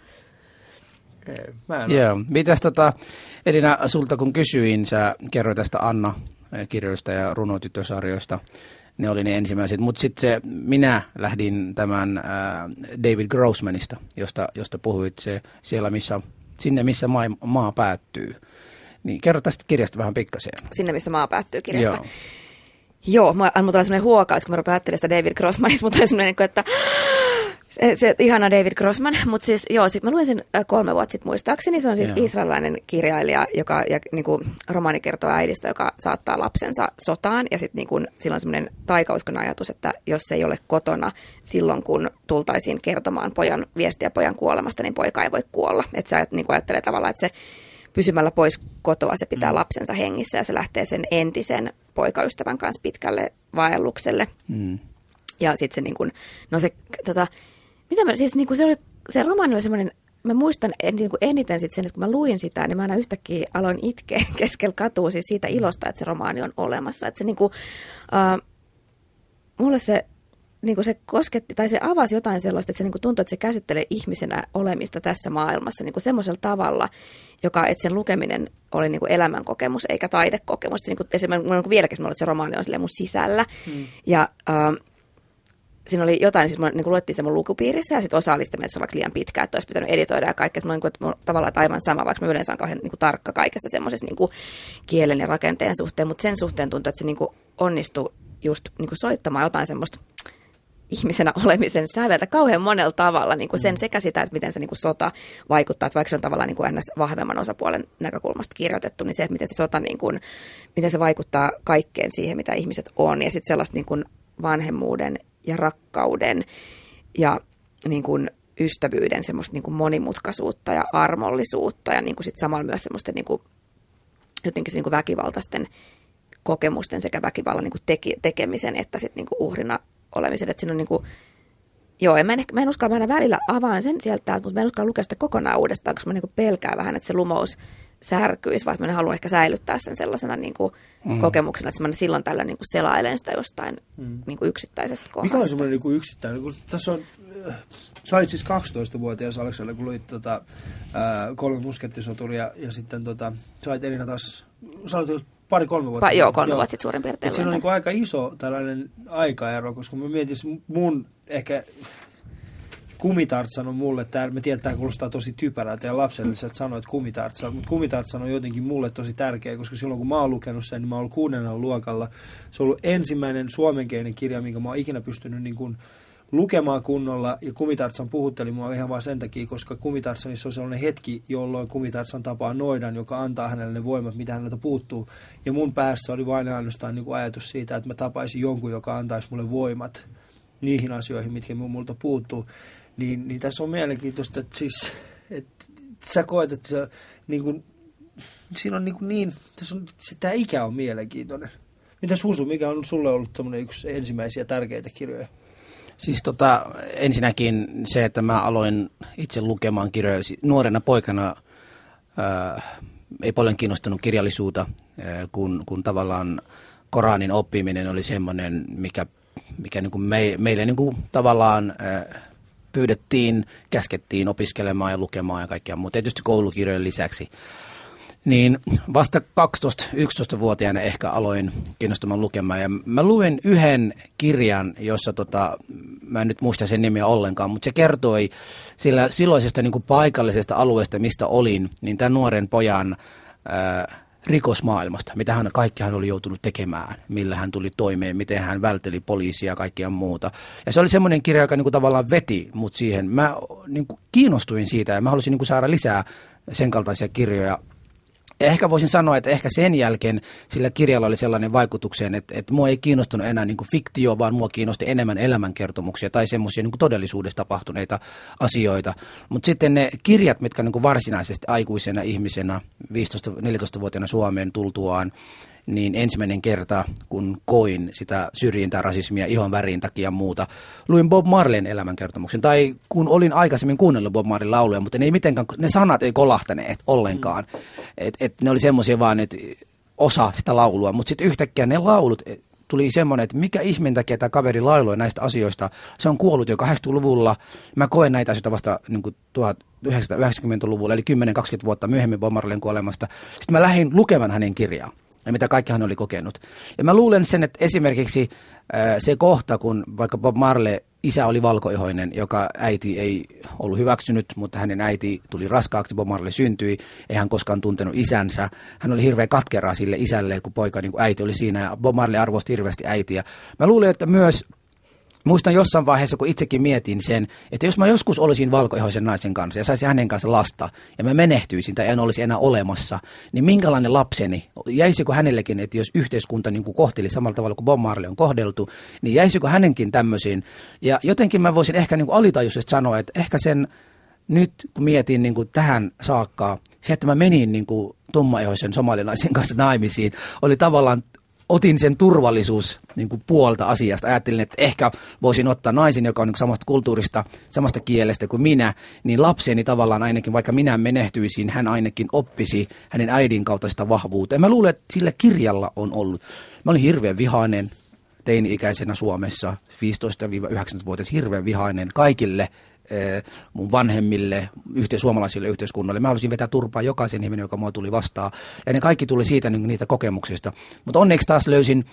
Joo. Mitäs Elina, sulta kun kysyin, sä kerroit tästä Anna-kirjoista ja runotyttösarjoista. Ne oli ne ensimmäiset, mutta sitten minä lähdin tämän David Grossmanista, josta puhuit sinne missä maa päättyy. Niin kerro tästä kirjasta vähän pikkasen. Sinne missä maa päättyy kirjasta. Joo, mulla oli sellainen huokaus, kun mä päättelin sitä David Grossmanista, mutta oli sellainen, että se ihana David Grossman, mutta siis joo, mä luin sen 3 vuotta sitten muistaakseni. Se on siis israelilainen kirjailija, joka niinku, romaani kertoo äidistä, joka saattaa lapsensa sotaan. Ja sitten niinku, sillä on semmoinen taikauskon ajatus, että jos se ei ole kotona silloin, kun tultaisiin kertomaan viestiä pojan kuolemasta, niin poika ei voi kuolla. Että se niinku, ajattelee tavallaan, että se pysymällä pois kotoa se pitää lapsensa hengissä ja se lähtee sen entisen poikaystävän kanssa pitkälle vaellukselle. Ja sitten se niin kuin, no se mitä mä, siis niin kuin se romaani oli semmoinen, mä muistan niin kuin eniten sitten sen, että kun mä luin sitä, niin mä aina yhtäkkiä aloin itkeä keskellä katua siis siitä ilosta, että se romaani on olemassa. Että se niin kuin, mulle se, niin kuin se kosketti, tai se avasi jotain sellaista, että se niin kuin tuntui, että se käsittelee ihmisenä olemista tässä maailmassa niin kuin semmoisella tavalla, että sen lukeminen oli niin kuin elämänkokemus eikä taidekokemus. Niin kuin, esimerkiksi vieläkin mulle, että se romaani on mun sisällä. Ja siinä oli jotain, siis niin luettiin se mun lukupiirissä ja sitten osa oli sitä, että se on vaikka liian pitkä, että olisi pitänyt editoida ja kaikkea. Mä niin tavallaan aivan sama, vaikka mä yleensä olen kauhean niin tarkka kaikessa semmoisessa niin kielen ja rakenteen suhteen, mutta sen suhteen tuntuu, että se niin onnistui just niin soittamaan jotain semmoista ihmisenä olemisen säveltä kauhean monella tavalla, niin sen sekä sitä, että miten se niin sota vaikuttaa, että vaikka se on tavallaan niin ns. Vahvemman osapuolen näkökulmasta kirjoitettu, niin se, että miten se sota, niin kuin, miten se vaikuttaa kaikkeen siihen, mitä ihmiset on, ja sitten sellaista niin kuin vanhemmuuden ja rakkauden ja niin kuin ystävyyden semmoista niin kuin monimutkaisuutta ja armollisuutta, ja niin kuin sit samalla myös semmoista niin kuin, jotenkin se niin kuin väkivaltaisten kokemusten sekä väkivallan niin kuin tekemisen, että sitten niin kuin uhrina olemisen, että siinä on niinku, joo, mä en uskalla, mä välillä avaan sen sieltä, mutta mä en uskalla lukea sitä kokonaan uudestaan, koska mä niinku pelkään vähän, että se lumous särkyisi, vaan mä haluan ehkä säilyttää sen sellaisena niinku kokemuksena, että mä silloin tällöin niinku selailen sitä jostain niinku yksittäisestä kohdasta. Mikä on semmoinen niinku yksittäinen? Tässä on, sä olit siis 12-vuotias Aleksalle, kun luit 3 muskettisoturia ja sitten sä olit Elina taas, sä olit 2-3 vuotta. Joo, 3 vuotta sitten suurin piirtein. Se on niin aika iso tällainen aikaero, koska mä mietin, mun ehkä Kumitartsan on mulle, mä tiedän, että tämä kuulostaa tosi typerältä ja lapselliselta sanoa, että Kumitartsan, mutta Kumitartsan on jotenkin mulle tosi tärkeä, koska silloin kun mä oon lukenut sen, niin mä oon ollut 6. luokalla. Se on ollut ensimmäinen suomenkielinen kirja, minkä mä oon ikinä pystynyt niin kuin lukemaan kunnolla, ja Kumitartsan puhutteli mua ihan vaan sen takia, koska Kumitartsanissa on sellainen hetki, jolloin Kumitartsan tapaa noidan, joka antaa hänelle ne voimat, mitä häneltä puuttuu. Ja mun päässä oli vain ainoastaan niin kuin ajatus siitä, että mä tapaisin jonkun, joka antaisi mulle voimat niihin asioihin, mitkä multa puuttuu. Niin tässä on mielenkiintoista, että siis, että sä koet, että se, niin kuin, siinä on niin tässä on, tämä ikä on mielenkiintoinen. Mitäs Husu, mikä on sulle ollut yksi ensimmäisiä tärkeitä kirjoja? Siis ensinnäkin se, että mä aloin itse lukemaan kirjoja nuorena poikana, ei paljon kiinnostanut kirjallisuutta, kun tavallaan Koranin oppiminen oli semmoinen, mikä niin kuin meille niin kuin tavallaan pyydettiin, käskettiin opiskelemaan ja lukemaan ja kaikkea muuta. Tietysti koulukirjojen lisäksi. Niin vasta 12-11-vuotiaana ehkä aloin kiinnostumaan lukemaan. Ja mä luin yhden kirjan, jossa mä en nyt muista sen nimiä ollenkaan, mutta se kertoi sillä silloisesta niin kuin paikallisesta alueesta, mistä olin, niin tämän nuoren pojan rikosmaailmasta, mitä kaikki hän oli joutunut tekemään, millä hän tuli toimeen, miten hän välteli poliisia ja kaikkea muuta. Ja se oli semmoinen kirja, joka niin kuin tavallaan veti mut siihen. Mä niin kuin kiinnostuin siitä ja mä halusin niin kuin saada lisää sen kaltaisia kirjoja. Ja ehkä voisin sanoa, että ehkä sen jälkeen sillä kirjalla oli sellainen vaikutukseen, että mua ei kiinnostunut enää niin kuin fiktio, vaan mua kiinnosti enemmän elämänkertomuksia tai semmoisia niin kuin todellisuudessa tapahtuneita asioita. Mutta sitten ne kirjat, mitkä niin kuin varsinaisesti aikuisena ihmisenä, 15-14-vuotiaana Suomeen tultuaan, niin ensimmäinen kerta, kun koin sitä syrjintää, rasismia, ihon värin takia ja muuta, luin Bob Marleyn elämänkertomuksen. Tai kun olin aikaisemmin kuunnellut Bob Marleyn lauluja, mutta ne ei mitenkään, ne sanat ei kolahtaneet ollenkaan. Ne oli semmoisia vaan, että osa sitä laulua. Mutta sitten yhtäkkiä ne laulut tuli semmoinen, että mikä ihmeen takia tämä kaveri lauloi näistä asioista. Se on kuollut jo 80-luvulla. Mä koen näitä asioita vasta niin kuin 1990-luvulla, eli 10-20 vuotta myöhemmin Bob Marleyn kuolemasta. Sitten mä lähdin lukemaan hänen kirjaa. Ja mitä kaikki hän oli kokenut. Ja mä luulen sen, että esimerkiksi se kohta, kun vaikka Bob Marley isä oli valkoihoinen, joka äiti ei ollut hyväksynyt, mutta hänen äiti tuli raskaaksi, Bob Marley syntyi, ei hän koskaan tuntenut isänsä. Hän oli hirveän katkeraa sille isälle, kun poika niin kuin äiti oli siinä, ja Bob Marley arvosti hirveästi äitiä. Mä luulen, että myös muistan jossain vaiheessa, kun itsekin mietin sen, että jos mä joskus olisin valkoihoisen naisen kanssa ja saisin hänen kanssa lasta ja mä menehtyisin tai en olisi enää olemassa, niin minkälainen lapseni, jäisikö hänellekin, että jos yhteiskunta niin kuin kohteli samalla tavalla kuin Bob Marley on kohdeltu, niin jäisikö hänenkin tämmöisiin. Ja jotenkin mä voisin ehkä niin kuin alitajuisesti sanoa, että ehkä sen nyt kun mietin niin kuin tähän saakka, se, että mä menin niin kuin tummaihoisen somalinaisen kanssa naimisiin, oli tavallaan otin sen turvallisuus niin kuin puolta asiasta. Ajattelin, että ehkä voisin ottaa naisen, joka on niin kuin samasta kulttuurista, samasta kielestä kuin minä, niin lapseni tavallaan ainakin, vaikka minä menehtyisin, hän ainakin oppisi hänen äidin kautta sitä vahvuutta. Ja mä luulen, että sillä kirjalla on ollut. Mä olin hirveän vihainen teini-ikäisenä Suomessa, 15-19-vuotias, hirveän vihainen kaikille mun vanhemmille, suomalaisille yhteiskunnalle. Mä halusin vetää turpaa jokaisen ihminen, joka mua tuli vastaan. Ja ne kaikki tuli siitä niitä kokemuksista. Mutta onneksi taas löysin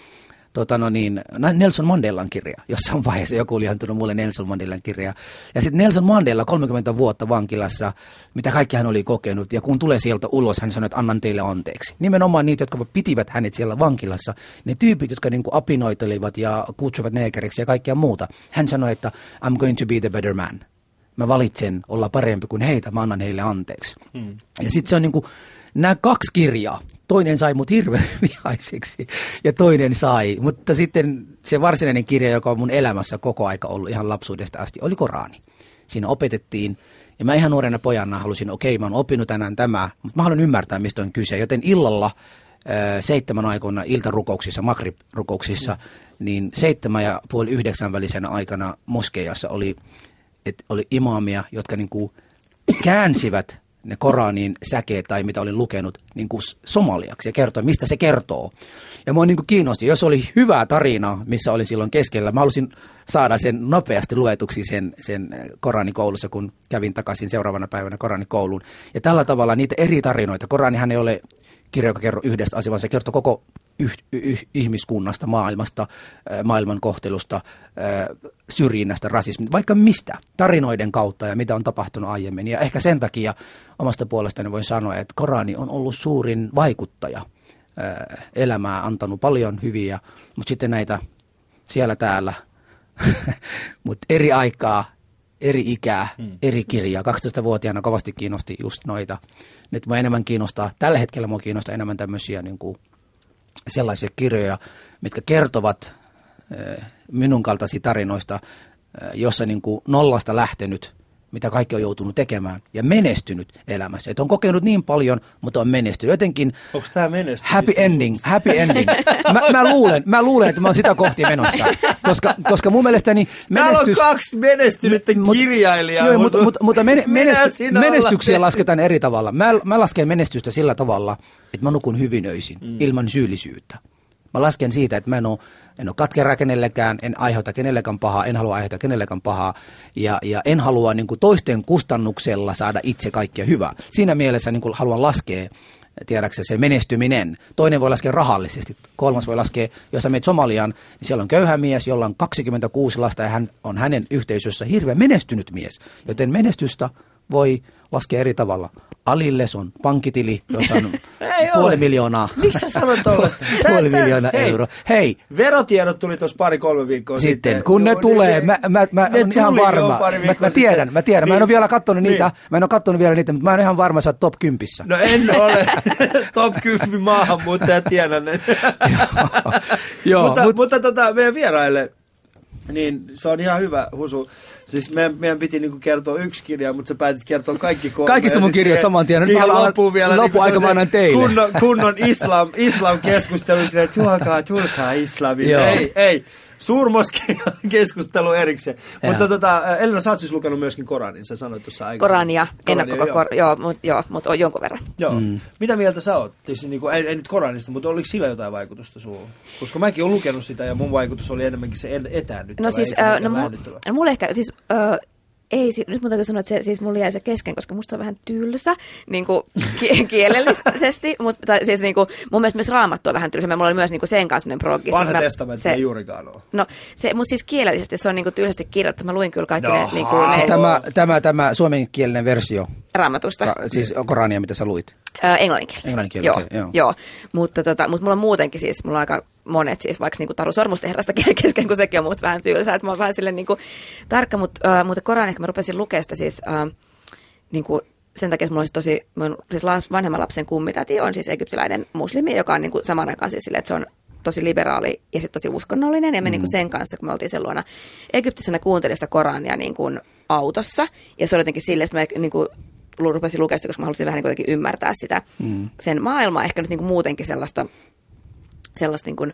Nelson Mandelan kirja. Jossain vaiheessa joku oli antanut mulle Nelson Mandelan kirja. Ja sitten Nelson Mandela 30 vuotta vankilassa, mitä kaikki hän oli kokenut. Ja kun tulee sieltä ulos, hän sanoi, että annan teille anteeksi. Nimenomaan niitä, jotka pitivät hänet siellä vankilassa. Ne tyypit, jotka niin kuin apinoitelivat ja kutsuvat neekeriksi ja kaikkea muuta. Hän sanoi, että I'm going to be the better man. Mä valitsen olla parempi kuin heitä, mä annan heille anteeksi. Ja sitten se on niin kuin nämä kaksi kirjaa. Toinen sai mut hirveän vihaiseksi ja toinen sai. Mutta sitten se varsinainen kirja, joka on mun elämässä koko aika ollut ihan lapsuudesta asti, oli Korani. Siinä opetettiin. Ja mä ihan nuorena pojana halusin, mä oon oppinut tänään tämä, mutta mä haluan ymmärtää, mistä on kyse. Joten illalla 7 aikoina iltarukouksissa, Maghrib-rukouksissa, niin 7:30 välisenä aikana moskeijassa oli imaamia, jotka niin kuin käänsivät ne Koranin säkeet tai mitä olin lukenut niin kuin somaliaksi ja kertoi, mistä se kertoo. Ja mua niin kuin kiinnosti, jos oli hyvä tarina, missä oli silloin keskellä, mä halusin saada sen nopeasti luetuksi sen Koranikoulussa, kun kävin takaisin seuraavana päivänä Koranikouluun. Ja tällä tavalla niitä eri tarinoita, Koranihan ei ole kirja, joka kerro yhdestä asiasta, vaan se kertoo koko ihmiskunnasta, maailmasta, maailman kohtelusta, syrjinnästä, rasismista, vaikka mistä, tarinoiden kautta ja mitä on tapahtunut aiemmin. Ja ehkä sen takia omasta puolestani voin sanoa, että Korani on ollut suurin vaikuttaja elämää, antanut paljon hyviä, mutta sitten näitä siellä täällä, mutta eri aikaa, eri ikää, eri kirjaa. 12-vuotiaana kovasti kiinnosti just noita. Nyt mua enemmän kiinnostaa, tällä hetkellä mua kiinnostaa enemmän tämmöisiä niin kuin sellaisia kirjoja, mitkä kertovat minun kaltaisia tarinoista, jossa niin kuin nollasta lähtenyt, mitä kaikki on joutunut tekemään ja menestynyt elämässä. Että on kokenut niin paljon, mutta on menestynyt. Jotenkin onko tämä menestymistä? Happy ending. Mä luulen, että mä oon sitä kohti menossa. Koska mun mielestäni täällä on 2 menestynyttä kirjailijaa. Joo, mutta menestyksiä lasketaan eri tavalla. Mä lasken menestystä sillä tavalla, että mä nukun hyvin öisin, ilman syyllisyyttä. Mä lasken siitä, että mä en ole katkera kenellekään, en aiheuta kenellekään pahaa, en halua aiheuttaa kenellekään pahaa ja en halua niin kuin toisten kustannuksella saada itse kaikkea hyvää. Siinä mielessä niin kuin haluan laskea tiedäksä, se menestyminen. Toinen voi laskea rahallisesti. Kolmas voi laskea, jos sä menet Somaliaan, niin siellä on köyhä mies, jolla on 26 lasta ja hän on hänen yhteisössä hirveän menestynyt mies. Joten menestystä voi laskea eri tavalla. Alille se on pankkitili, jossa on 500 000. Miksi sä sanot tollaista? 500 000 euroa. Hei! Verotiedot tuli tuossa 2-3 viikkoa sitten. Kun ne tulee, mä olen ihan varma. Mä tiedän. Mä en ole vielä katsonut niitä, mutta mä en ihan varma, että sä oot top 10. No en ole top 10 maahanmuuttaja, tiedän. Mutta meidän vieraille, niin se on ihan hyvä, Husu. Siis meidän piti niinku kertoa yksi kirja, mutta sä päätit kertoa kaikki 3. Kaikista mun kirjoista saman tien. Siihen loppuu vielä loppuaika mä annan teille. Kunnon islam-keskustelu, että tulkaa islamiin. Ei. Suurmoskeja keskustelu erikseen. Mutta Elina, sä oot siis lukenut myöskin Koranin, sä sanoit tuossa aikaisemmin. Korania, mutta jonkun verran. Joo. Mitä mieltä sä oot? Ei nyt Koranista, mutta oliko sillä jotain vaikutusta sulla? Koska mäkin olen lukenut sitä ja mun vaikutus oli enemmänkin se etäännyttävä. No siis, mulle ehkä, siis nyt mun täytyy sanoa, että mulla jäi se kesken, koska musta on vähän tylsä niin kuin kielellisesti, mutta siis niin kuin, mun mielestä myös Raamattu on vähän tylsä. Mulla oli myös niin kuin sen kanssa sellainen progis. Vanha testamentti ei juurikaan ole. No, mutta siis kielellisesti se on niin kuin tylsästi kirjoittu. Mä luin kyllä kaikki ne. Niin kuin Tämä suomenkielinen versio. Raamatusta. Siis Korania, mitä sä luit? Englanninkielinen. Joo. Mutta mulla on muutenkin siis, mulla on aika monet siis, vaikka niinku Taru Sormustenherrasta kesken, kun sekin on musta vähän tylsää, että mä oon vähän silleen niinku tarkka, mutta Korania, ehkä mä rupesin lukea sitä siis niinku sen takia, että mulla on siis vanhemman lapsen kummitäti on siis egyptiläinen muslimi, joka on niinku samaan aikaan siis silleen, että se on tosi liberaali ja sitten tosi uskonnollinen, ja me niinku sen kanssa, kun me oltiin sen luona Egyptissä, ne kuuntelin sitä Korania niinku autossa, ja se oli jotenkin silleen, että mä niinku rupesin lukea sitä, koska mä halusin vähän niin ymmärtää sitä sen maailmaa, ehkä nyt niin kuin muutenkin sellaista niin kuin,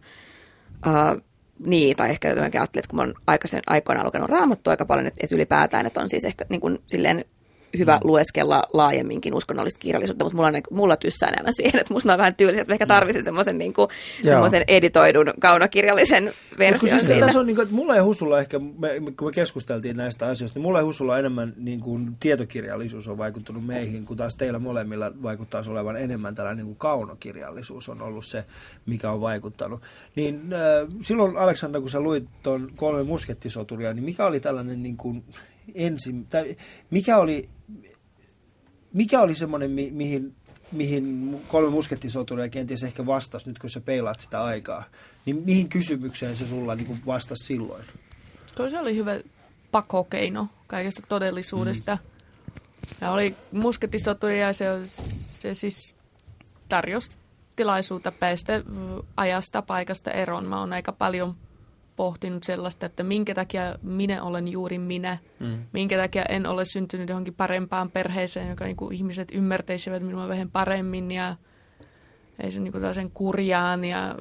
tai ehkä jotenkin ajattelin, että kun mä oon aikoinaan lukenut Raamattua aika paljon, että ylipäätään, että on siis ehkä niin kuin silleen hyvä lueskella laajemminkin uskonnollista kirjallisuutta, mutta mulla tyssään aina siihen, että musta on vähän tylsä, että mä ehkä tarvitsin semmoisen niin editoidun kaunokirjallisen version siitä. Tässä on niin kuin, että mulla ja Husulla ehkä, kun me keskusteltiin näistä asioista, niin mulla ja Husulla enemmän niin kuin tietokirjallisuus on vaikuttanut meihin, kun taas teillä molemmilla vaikuttaisi olevan enemmän tällainen niin kuin kaunokirjallisuus on ollut se, mikä on vaikuttanut. Niin silloin, Aleksandra, kun sä luit tuon 3 muskettisoturia, niin mikä oli tällainen niin kuin mikä oli semmoinen, mihin 3 muskettisoturia kenties ehkä vastasi nyt, kun sä peilaat sitä aikaa, niin mihin kysymykseen se sulla niin kuin vastasi silloin? Se oli hyvä pakokeino kaikesta todellisuudesta. Ja oli muskettisoturia ja se siis tarjosi tilaisuutta päästä ajasta paikasta eroon. Mä oon aika paljon pohtinut sellaista, että minkä takia minä olen juuri minä, minkä takia en ole syntynyt johonkin parempaan perheeseen, joka niin kuin ihmiset ymmärtäisivät minua vähän paremmin ja ei se niin kuin tällaisen kurjaan ja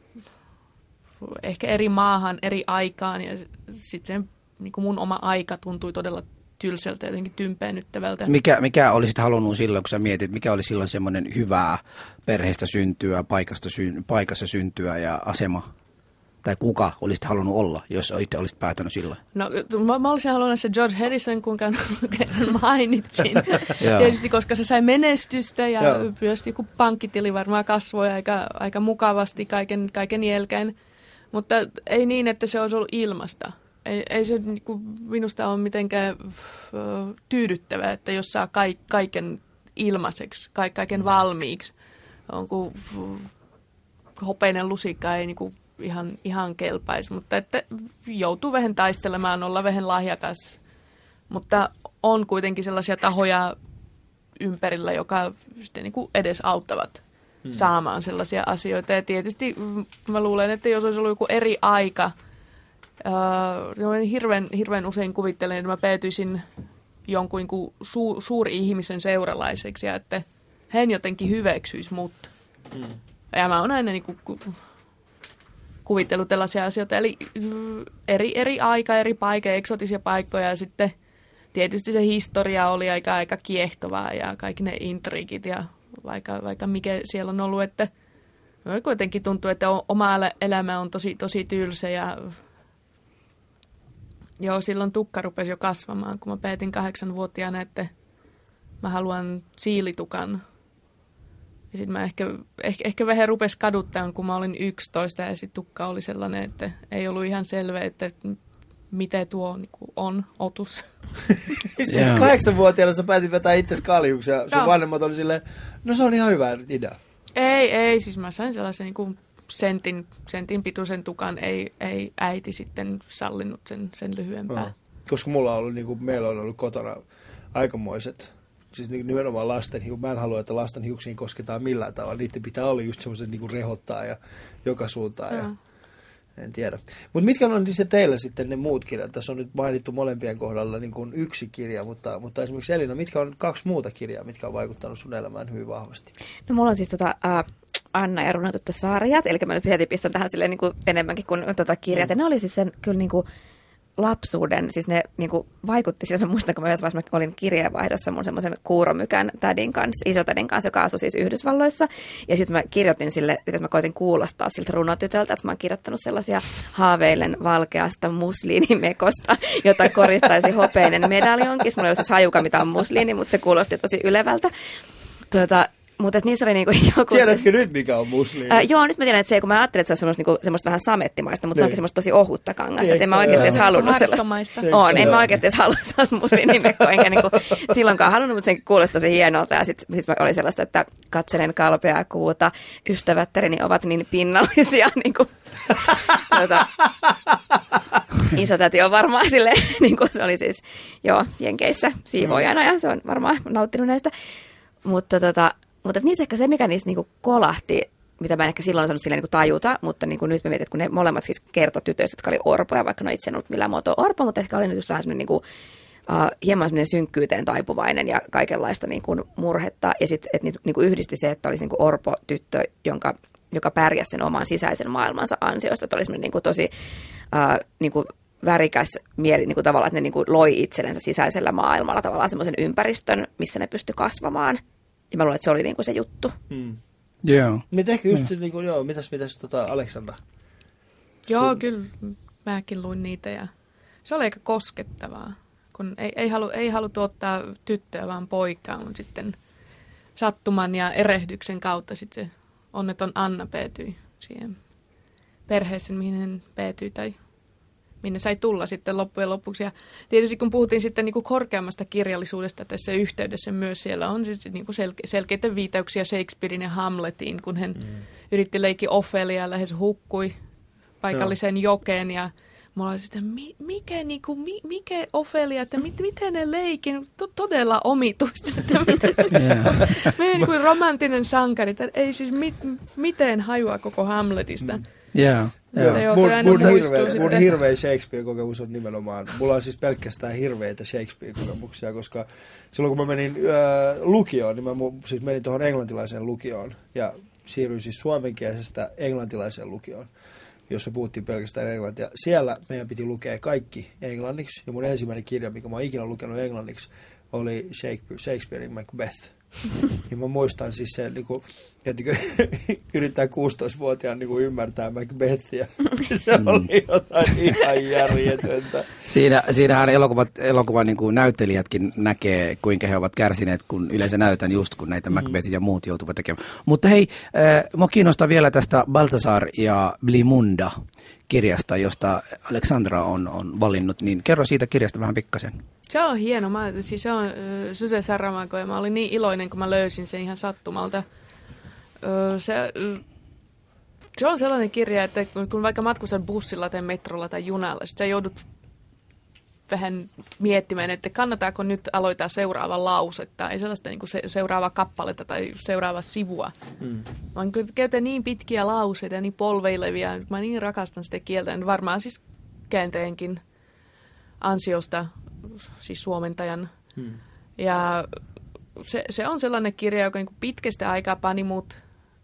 ehkä eri maahan, eri aikaan ja sitten se niin kuin mun oma aika tuntui todella tylsältä ja jotenkin tympeennyttävältä. Mikä olisit halunnut silloin, kun sä mietit, mikä oli silloin semmoinen hyvää perheestä syntyä, paikassa syntyä ja asema? Tai kuka olisit halunnut olla, jos itse olisit päätänyt silloin? No, mä olisin halunnut se George Harrison, kuinka mainitsin. Tietysti, koska se sai menestystä ja myös joku pankkitili varmaan kasvoi aika mukavasti kaiken jälkeen. Mutta ei niin, että se olisi ollut ilmasta. Ei se minusta ole mitenkään tyydyttävää, että jos saa kaiken ilmaiseksi, kaiken valmiiksi. Onko hopeinen lusikka ei ihan kelpaisi, mutta että joutuu vähän taistelemaan, olla vähän lahjakas. Mutta on kuitenkin sellaisia tahoja ympärillä, joka sitten edes auttavat saamaan sellaisia asioita. Ja tietysti mä luulen, että jos olisi ollut joku eri aika, hirveän usein kuvittelen, että mä päätyisin jonkun suuri ihmisen seuralaiseksi ja että hän jotenkin hyväksyisi mut. Ja mä oon aina kuvitellut tällaisia asioita, eli eri aika, eri paikka, eksotisia paikkoja ja sitten tietysti se historia oli aika kiehtovaa ja kaikki ne intriikit ja vaikka mikä siellä on ollut, että kuitenkin tuntuu, että oma elämä on tosi tylsä ja joo, silloin tukka rupesi jo kasvamaan, kun mä päätin 8-vuotiaana, että mä haluan siilitukan. Ja sitten mä ehkä vähän rupesi kaduttamaan, kun mä olin 11 ja sitten tukka oli sellainen, että ei ollut ihan selvä, että miten tuo niin on otus. Siis 8-vuotiaana sä päätit vetää itse kaljuksi ja sun vanhemmat oli silleen, no se on ihan hyvä idea. Ei, siis mä sain sellaisen niin sentin pituisen tukan, ei äiti sitten sallinut sen lyhyempää. Koska mulla on ollut, niin kuin meillä on ollut kotona aikamoiset, siis nimenomaan lasten, mä en halua, että lasten hiuksiin kosketaan millään tavalla. Niiden pitää olla just semmoiset niin kuin rehottaa ja joka suuntaan. Ja en tiedä. Mutta mitkä on se teillä sitten ne muut kirjat? Tässä on nyt mainittu molempien kohdalla niin kuin yksi kirja, mutta esimerkiksi Elina, mitkä on 2 muuta kirjaa, mitkä on vaikuttanut sun elämään hyvin vahvasti? No mulla on siis Anna ja Runotyttö-sarjat, eli mä nyt heti pistän tähän silleen niin kuin enemmänkin kuin kirjat. Ja ne oli siis sen kyllä niin kuin lapsuuden, siis ne niin kuin vaikutti siihen. Mä muistan, kun mä yhdessä vaiheessa olin kirjeenvaihdossa mun semmoisen kuuromykän tädin kanssa, isotädin kanssa, joka asui siis Yhdysvalloissa. Ja sitten mä kirjoitin sille, että mä koitin kuulostaa siltä runotytöltä, että mä oon kirjoittanut sellaisia haaveilen valkeasta musliinimekosta, jota koristaisi hopeinen medaljonkin. Mulla ei ole siis hajuka, mitä on musliini, mutta se kuulosti tosi ylevältä. Mutta niissä oli niinku joku... Tiedätkö nyt, mikä on musliini? Joo, nyt mä tiedän, että se, kun mä ajattelin, että se on semmoista vähän samettimaista, mutta se onkin semmoista tosi ohutta kangasta. Että en mä oikeasti edes halunnut sellaista. En mä oikeasti edes halunnut sellaista musliinimekkoa, enkä niinku silloinkaan halunnut, mutta sen kuulosti tosi hienolta. Ja sit oli sellaista, että katselen kalpeaa kuuta, ystävättäreni ovat niin pinnallisia. Niinku, isotäti on varmaan silleen, niin kuin se oli siis Jenkeissä siivoojana ja se on varmaan nauttinut näistä. Mutta niissä ehkä se, mikä niissä niinku kolahti, mitä mä en ehkä silloin osannut silleen niinku tajuta, mutta niinku nyt mä mietin, että kun ne molemmat siis kertoi tytöistä, jotka oli orpoja, vaikka ne itse en ollut millään muotoa orpo, mutta ehkä oli nyt just vähän semmoinen niinku, hieman semmoinen synkkyyteen taipuvainen ja kaikenlaista niinku murhetta. Ja sitten niinku yhdisti se, että olisi niinku orpo-tyttö, joka pärjäsi sen oman sisäisen maailmansa ansiosta. Että oli semmoinen niinku tosi niinku värikäs mieli niinku tavallaan, että ne niinku loi itsellensä sisäisellä maailmalla tavallaan semmoisen ympäristön, missä ne pystyi kasvamaan. Ja mä luulen, että se oli niinku se juttu. Joo. Mutta ehkä just niinku, mitäs Aleksandra? Joo, kyllä mäkin luin niitä ja se oli aika koskettavaa. Kun ei haluttu ottaa tyttöä, vaan poikaa, mutta sitten sattuman ja erehdyksen kautta sitten se onneton Anna päätyi siihen perheeseen, mihin hän päätyi tai minne sai tulla sitten loppujen lopuksi. Ja tietysti kun puhuttiin sitten niin kuin korkeammasta kirjallisuudesta tässä yhteydessä myös, siellä on siis niin kuin selkeitä viitauksia Shakespearein ja Hamletiin, kun hän yritti leikki Ofelia ja lähes hukkui paikalliseen jokeen. Ja mulla oli sitten, mikä Ofelia, että miten ne leikin, todella omituista, että meidän niin kuin romanttinen sankari, että ei siis miten hajua koko Hamletista. Yeah. Mun hirveä Shakespeare-kokemus on nimenomaan, mulla on siis pelkästään hirveitä Shakespeare-kokemuksia, koska silloin kun mä menin lukioon, niin mä siis menin tuohon englantilaiseen lukioon ja siirryin siis suomenkielisestä englantilaiseen lukioon, jossa puhuttiin pelkästään englantia. Siellä meidän piti lukea kaikki englanniksi ja mun ensimmäinen kirja, mikä mä oon ikinä lukenut englanniksi, oli Shakespearein Macbeth. Ja mä muistan siis se, että yrittää 16-vuotiaan ymmärtää Macbethia. Se oli jotain ihan järjetöntä. Siinähän elokuvan näyttelijätkin näkee, kuinka he ovat kärsineet, kun yleensä näytän just, kun näitä Macbethit ja muut joutuvat tekemään. Mutta hei, mua kiinnostaa vielä tästä Baltasar ja Blimunda kirjasta, josta Aleksandra on valinnut. Niin kerro siitä kirjasta vähän pikkasen. Se on hieno. Siis se on Suze Saramago ja mä olin niin iloinen, kun mä löysin sen ihan sattumalta. Se on sellainen kirja, että kun vaikka matkustat bussilla tai metrolla tai junalla, sit sä joudut vähän miettimään, että kannattaako nyt aloittaa seuraava lause tai sellaista niin kuin seuraavaa kappaletta tai seuraavaa sivua. Vaan käytän niin pitkiä lauseita ja niin polveilevia. Mä niin rakastan sitä kieltä. Varmaan siis käänteenkin ansiosta, siis suomentajan. Ja se on sellainen kirja, joka niin pitkästä aikaa pani mut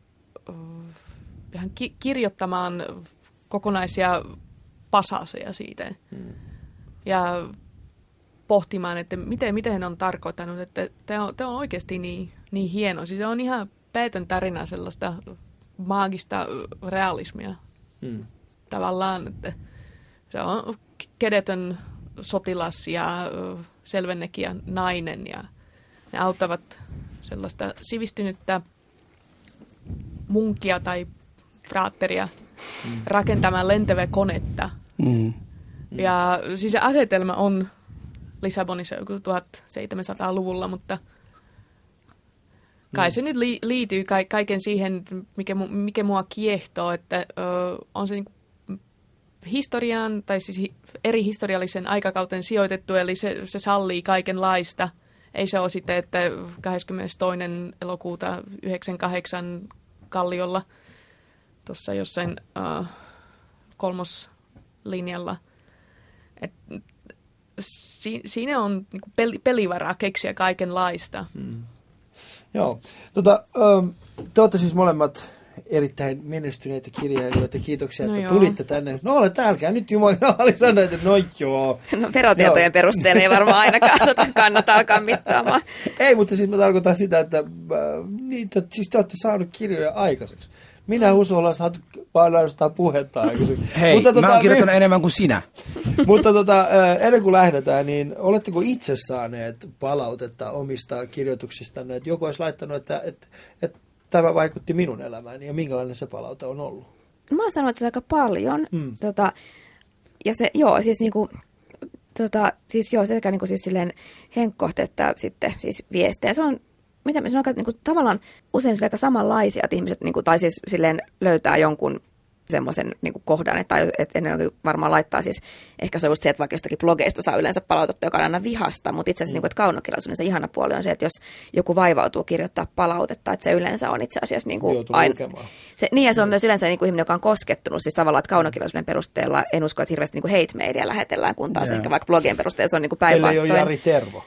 ihan kirjoittamaan kokonaisia pasaseja siitä. Ja pohtimaan, että miten hän on tarkoittanut, että tämä on oikeasti niin hieno. Siis se on ihan päätön tarina sellaista maagista realismia tavallaan, että se on kedetön sotilas ja selvennekijä nainen ja ne auttavat sellaista sivistynyttä munkia tai fraatteria rakentamaan lentävää konetta. Ja siis se asetelma on Lissabonissa joku 1700-luvulla, mutta kai se nyt liittyy kaiken siihen, mikä mua kiehtoo, että on se niinku historiaan tai siis eri historiallisen aikakauteen sijoitettu, eli se sallii kaikenlaista. Ei se ole sitten, että 22. elokuuta 98 Kalliolla tuossa jossain kolmoslinjalla. Siinä on niinku pelivaraa keksiä kaikenlaista. Joo. Te olette siis molemmat erittäin menestyneitä kirjailijoita. Kiitoksia, että tulitte tänne. No ole täälläkään nyt Jumala sanoi, että no joo. No verotietojen perusteella ei varmaan ainakaan kannata alkaa mittaamaan. Ei, mutta siis mä tarkoitan sitä, että siis te olette saaneet kirjoja aikaiseksi. Minä Husu ollaan saatu vaan ainoastaan puhetta aikaiseksi. Hei, mutta, mä oon kirjoittanut enemmän kuin sinä. Mutta ennen kuin lähdetään, niin oletteko itse saaneet palautetta omista kirjoituksistanne? Että joku olisi laittanut, että tämä vaikutti minun elämääni ja minkälainen se palaute on ollut? Mä oon sanonut, että se aika paljon. Ja se, joo, siis niinku, siis joo, sekä niinku siis silleen henkkohti, että sitten siis viestejä. Se on, mitä se on aika niinku, tavallaan usein aika samanlaisia, että ihmiset niinku, tai siis silleen löytää jonkun semmoisen niinku kohdan, että ennen varmaan laittaa siis, ehkä se on just se, että vaikka jostakin blogeista saa yleensä palautetta, joka on aina vihasta, mutta itse asiassa niinku, että kaunokirjallisuuden se ihana puoli on se, että jos joku vaivautuu kirjoittaa palautetta, että se yleensä on itse asiassa niinku aina. Niin ja se on myös yleensä niinku ihminen, joka on koskettunut, siis tavallaan, että kaunokirjallisuuden perusteella en usko, että hirveästi niinku hate-mailia lähetellään, kun taas ehkä vaikka blogien perusteella se on niinku päinvastoin. Ellei ole Jari Tervo.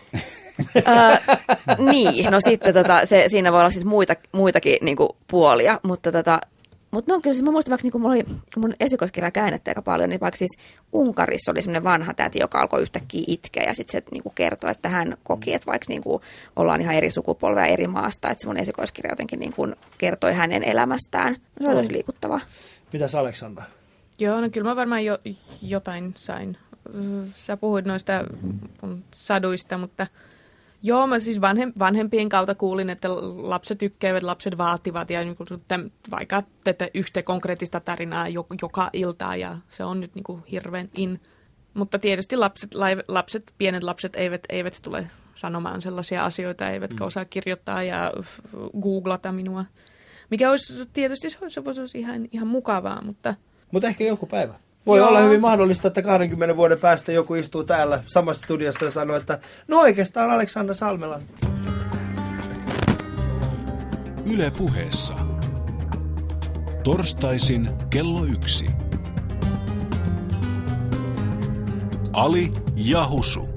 Niin, no sitten siinä voi olla siis muitakin niinku puolia, mutta no kyllä siis mä muistan, vaikka niin mulla oli mun esikoiskirjaa käännettä aika paljon, niin vaikka siis Unkarissa oli semmoinen vanha täti, joka alkoi yhtäkkiä itkeä ja sitten se niin kertoi, että hän koki, että vaikka niin ollaan ihan eri sukupolvea eri maasta, että se mun esikoiskirja jotenkin niin kertoi hänen elämästään. Se oli tosi liikuttavaa. Mitäs Aleksandra? Joo, no kyllä mä varmaan jotain sain. Sä puhuit noista mun saduista, mutta joo, mä siis vanhempien kautta kuulin, että lapset tykkäävät, lapset vaativat ja niin kuin, vaikka tätä yhtä konkreettista tarinaa joka iltaa ja se on nyt niin kuin hirveän in. Mutta tietysti pienet lapset eivät tule sanomaan sellaisia asioita, eivätkä osaa kirjoittaa ja googlata minua. Mikä olisi tietysti se voisi ihan mukavaa, mutta ehkä joku päivä. Voi olla hyvin mahdollista, että 20 vuoden päästä joku istuu täällä samassa studiossa ja sanoo, että no oikeastaan Aleksandra Salmelan. Yle Puheessa. Torstaisin kello 1. Ali ja Husu.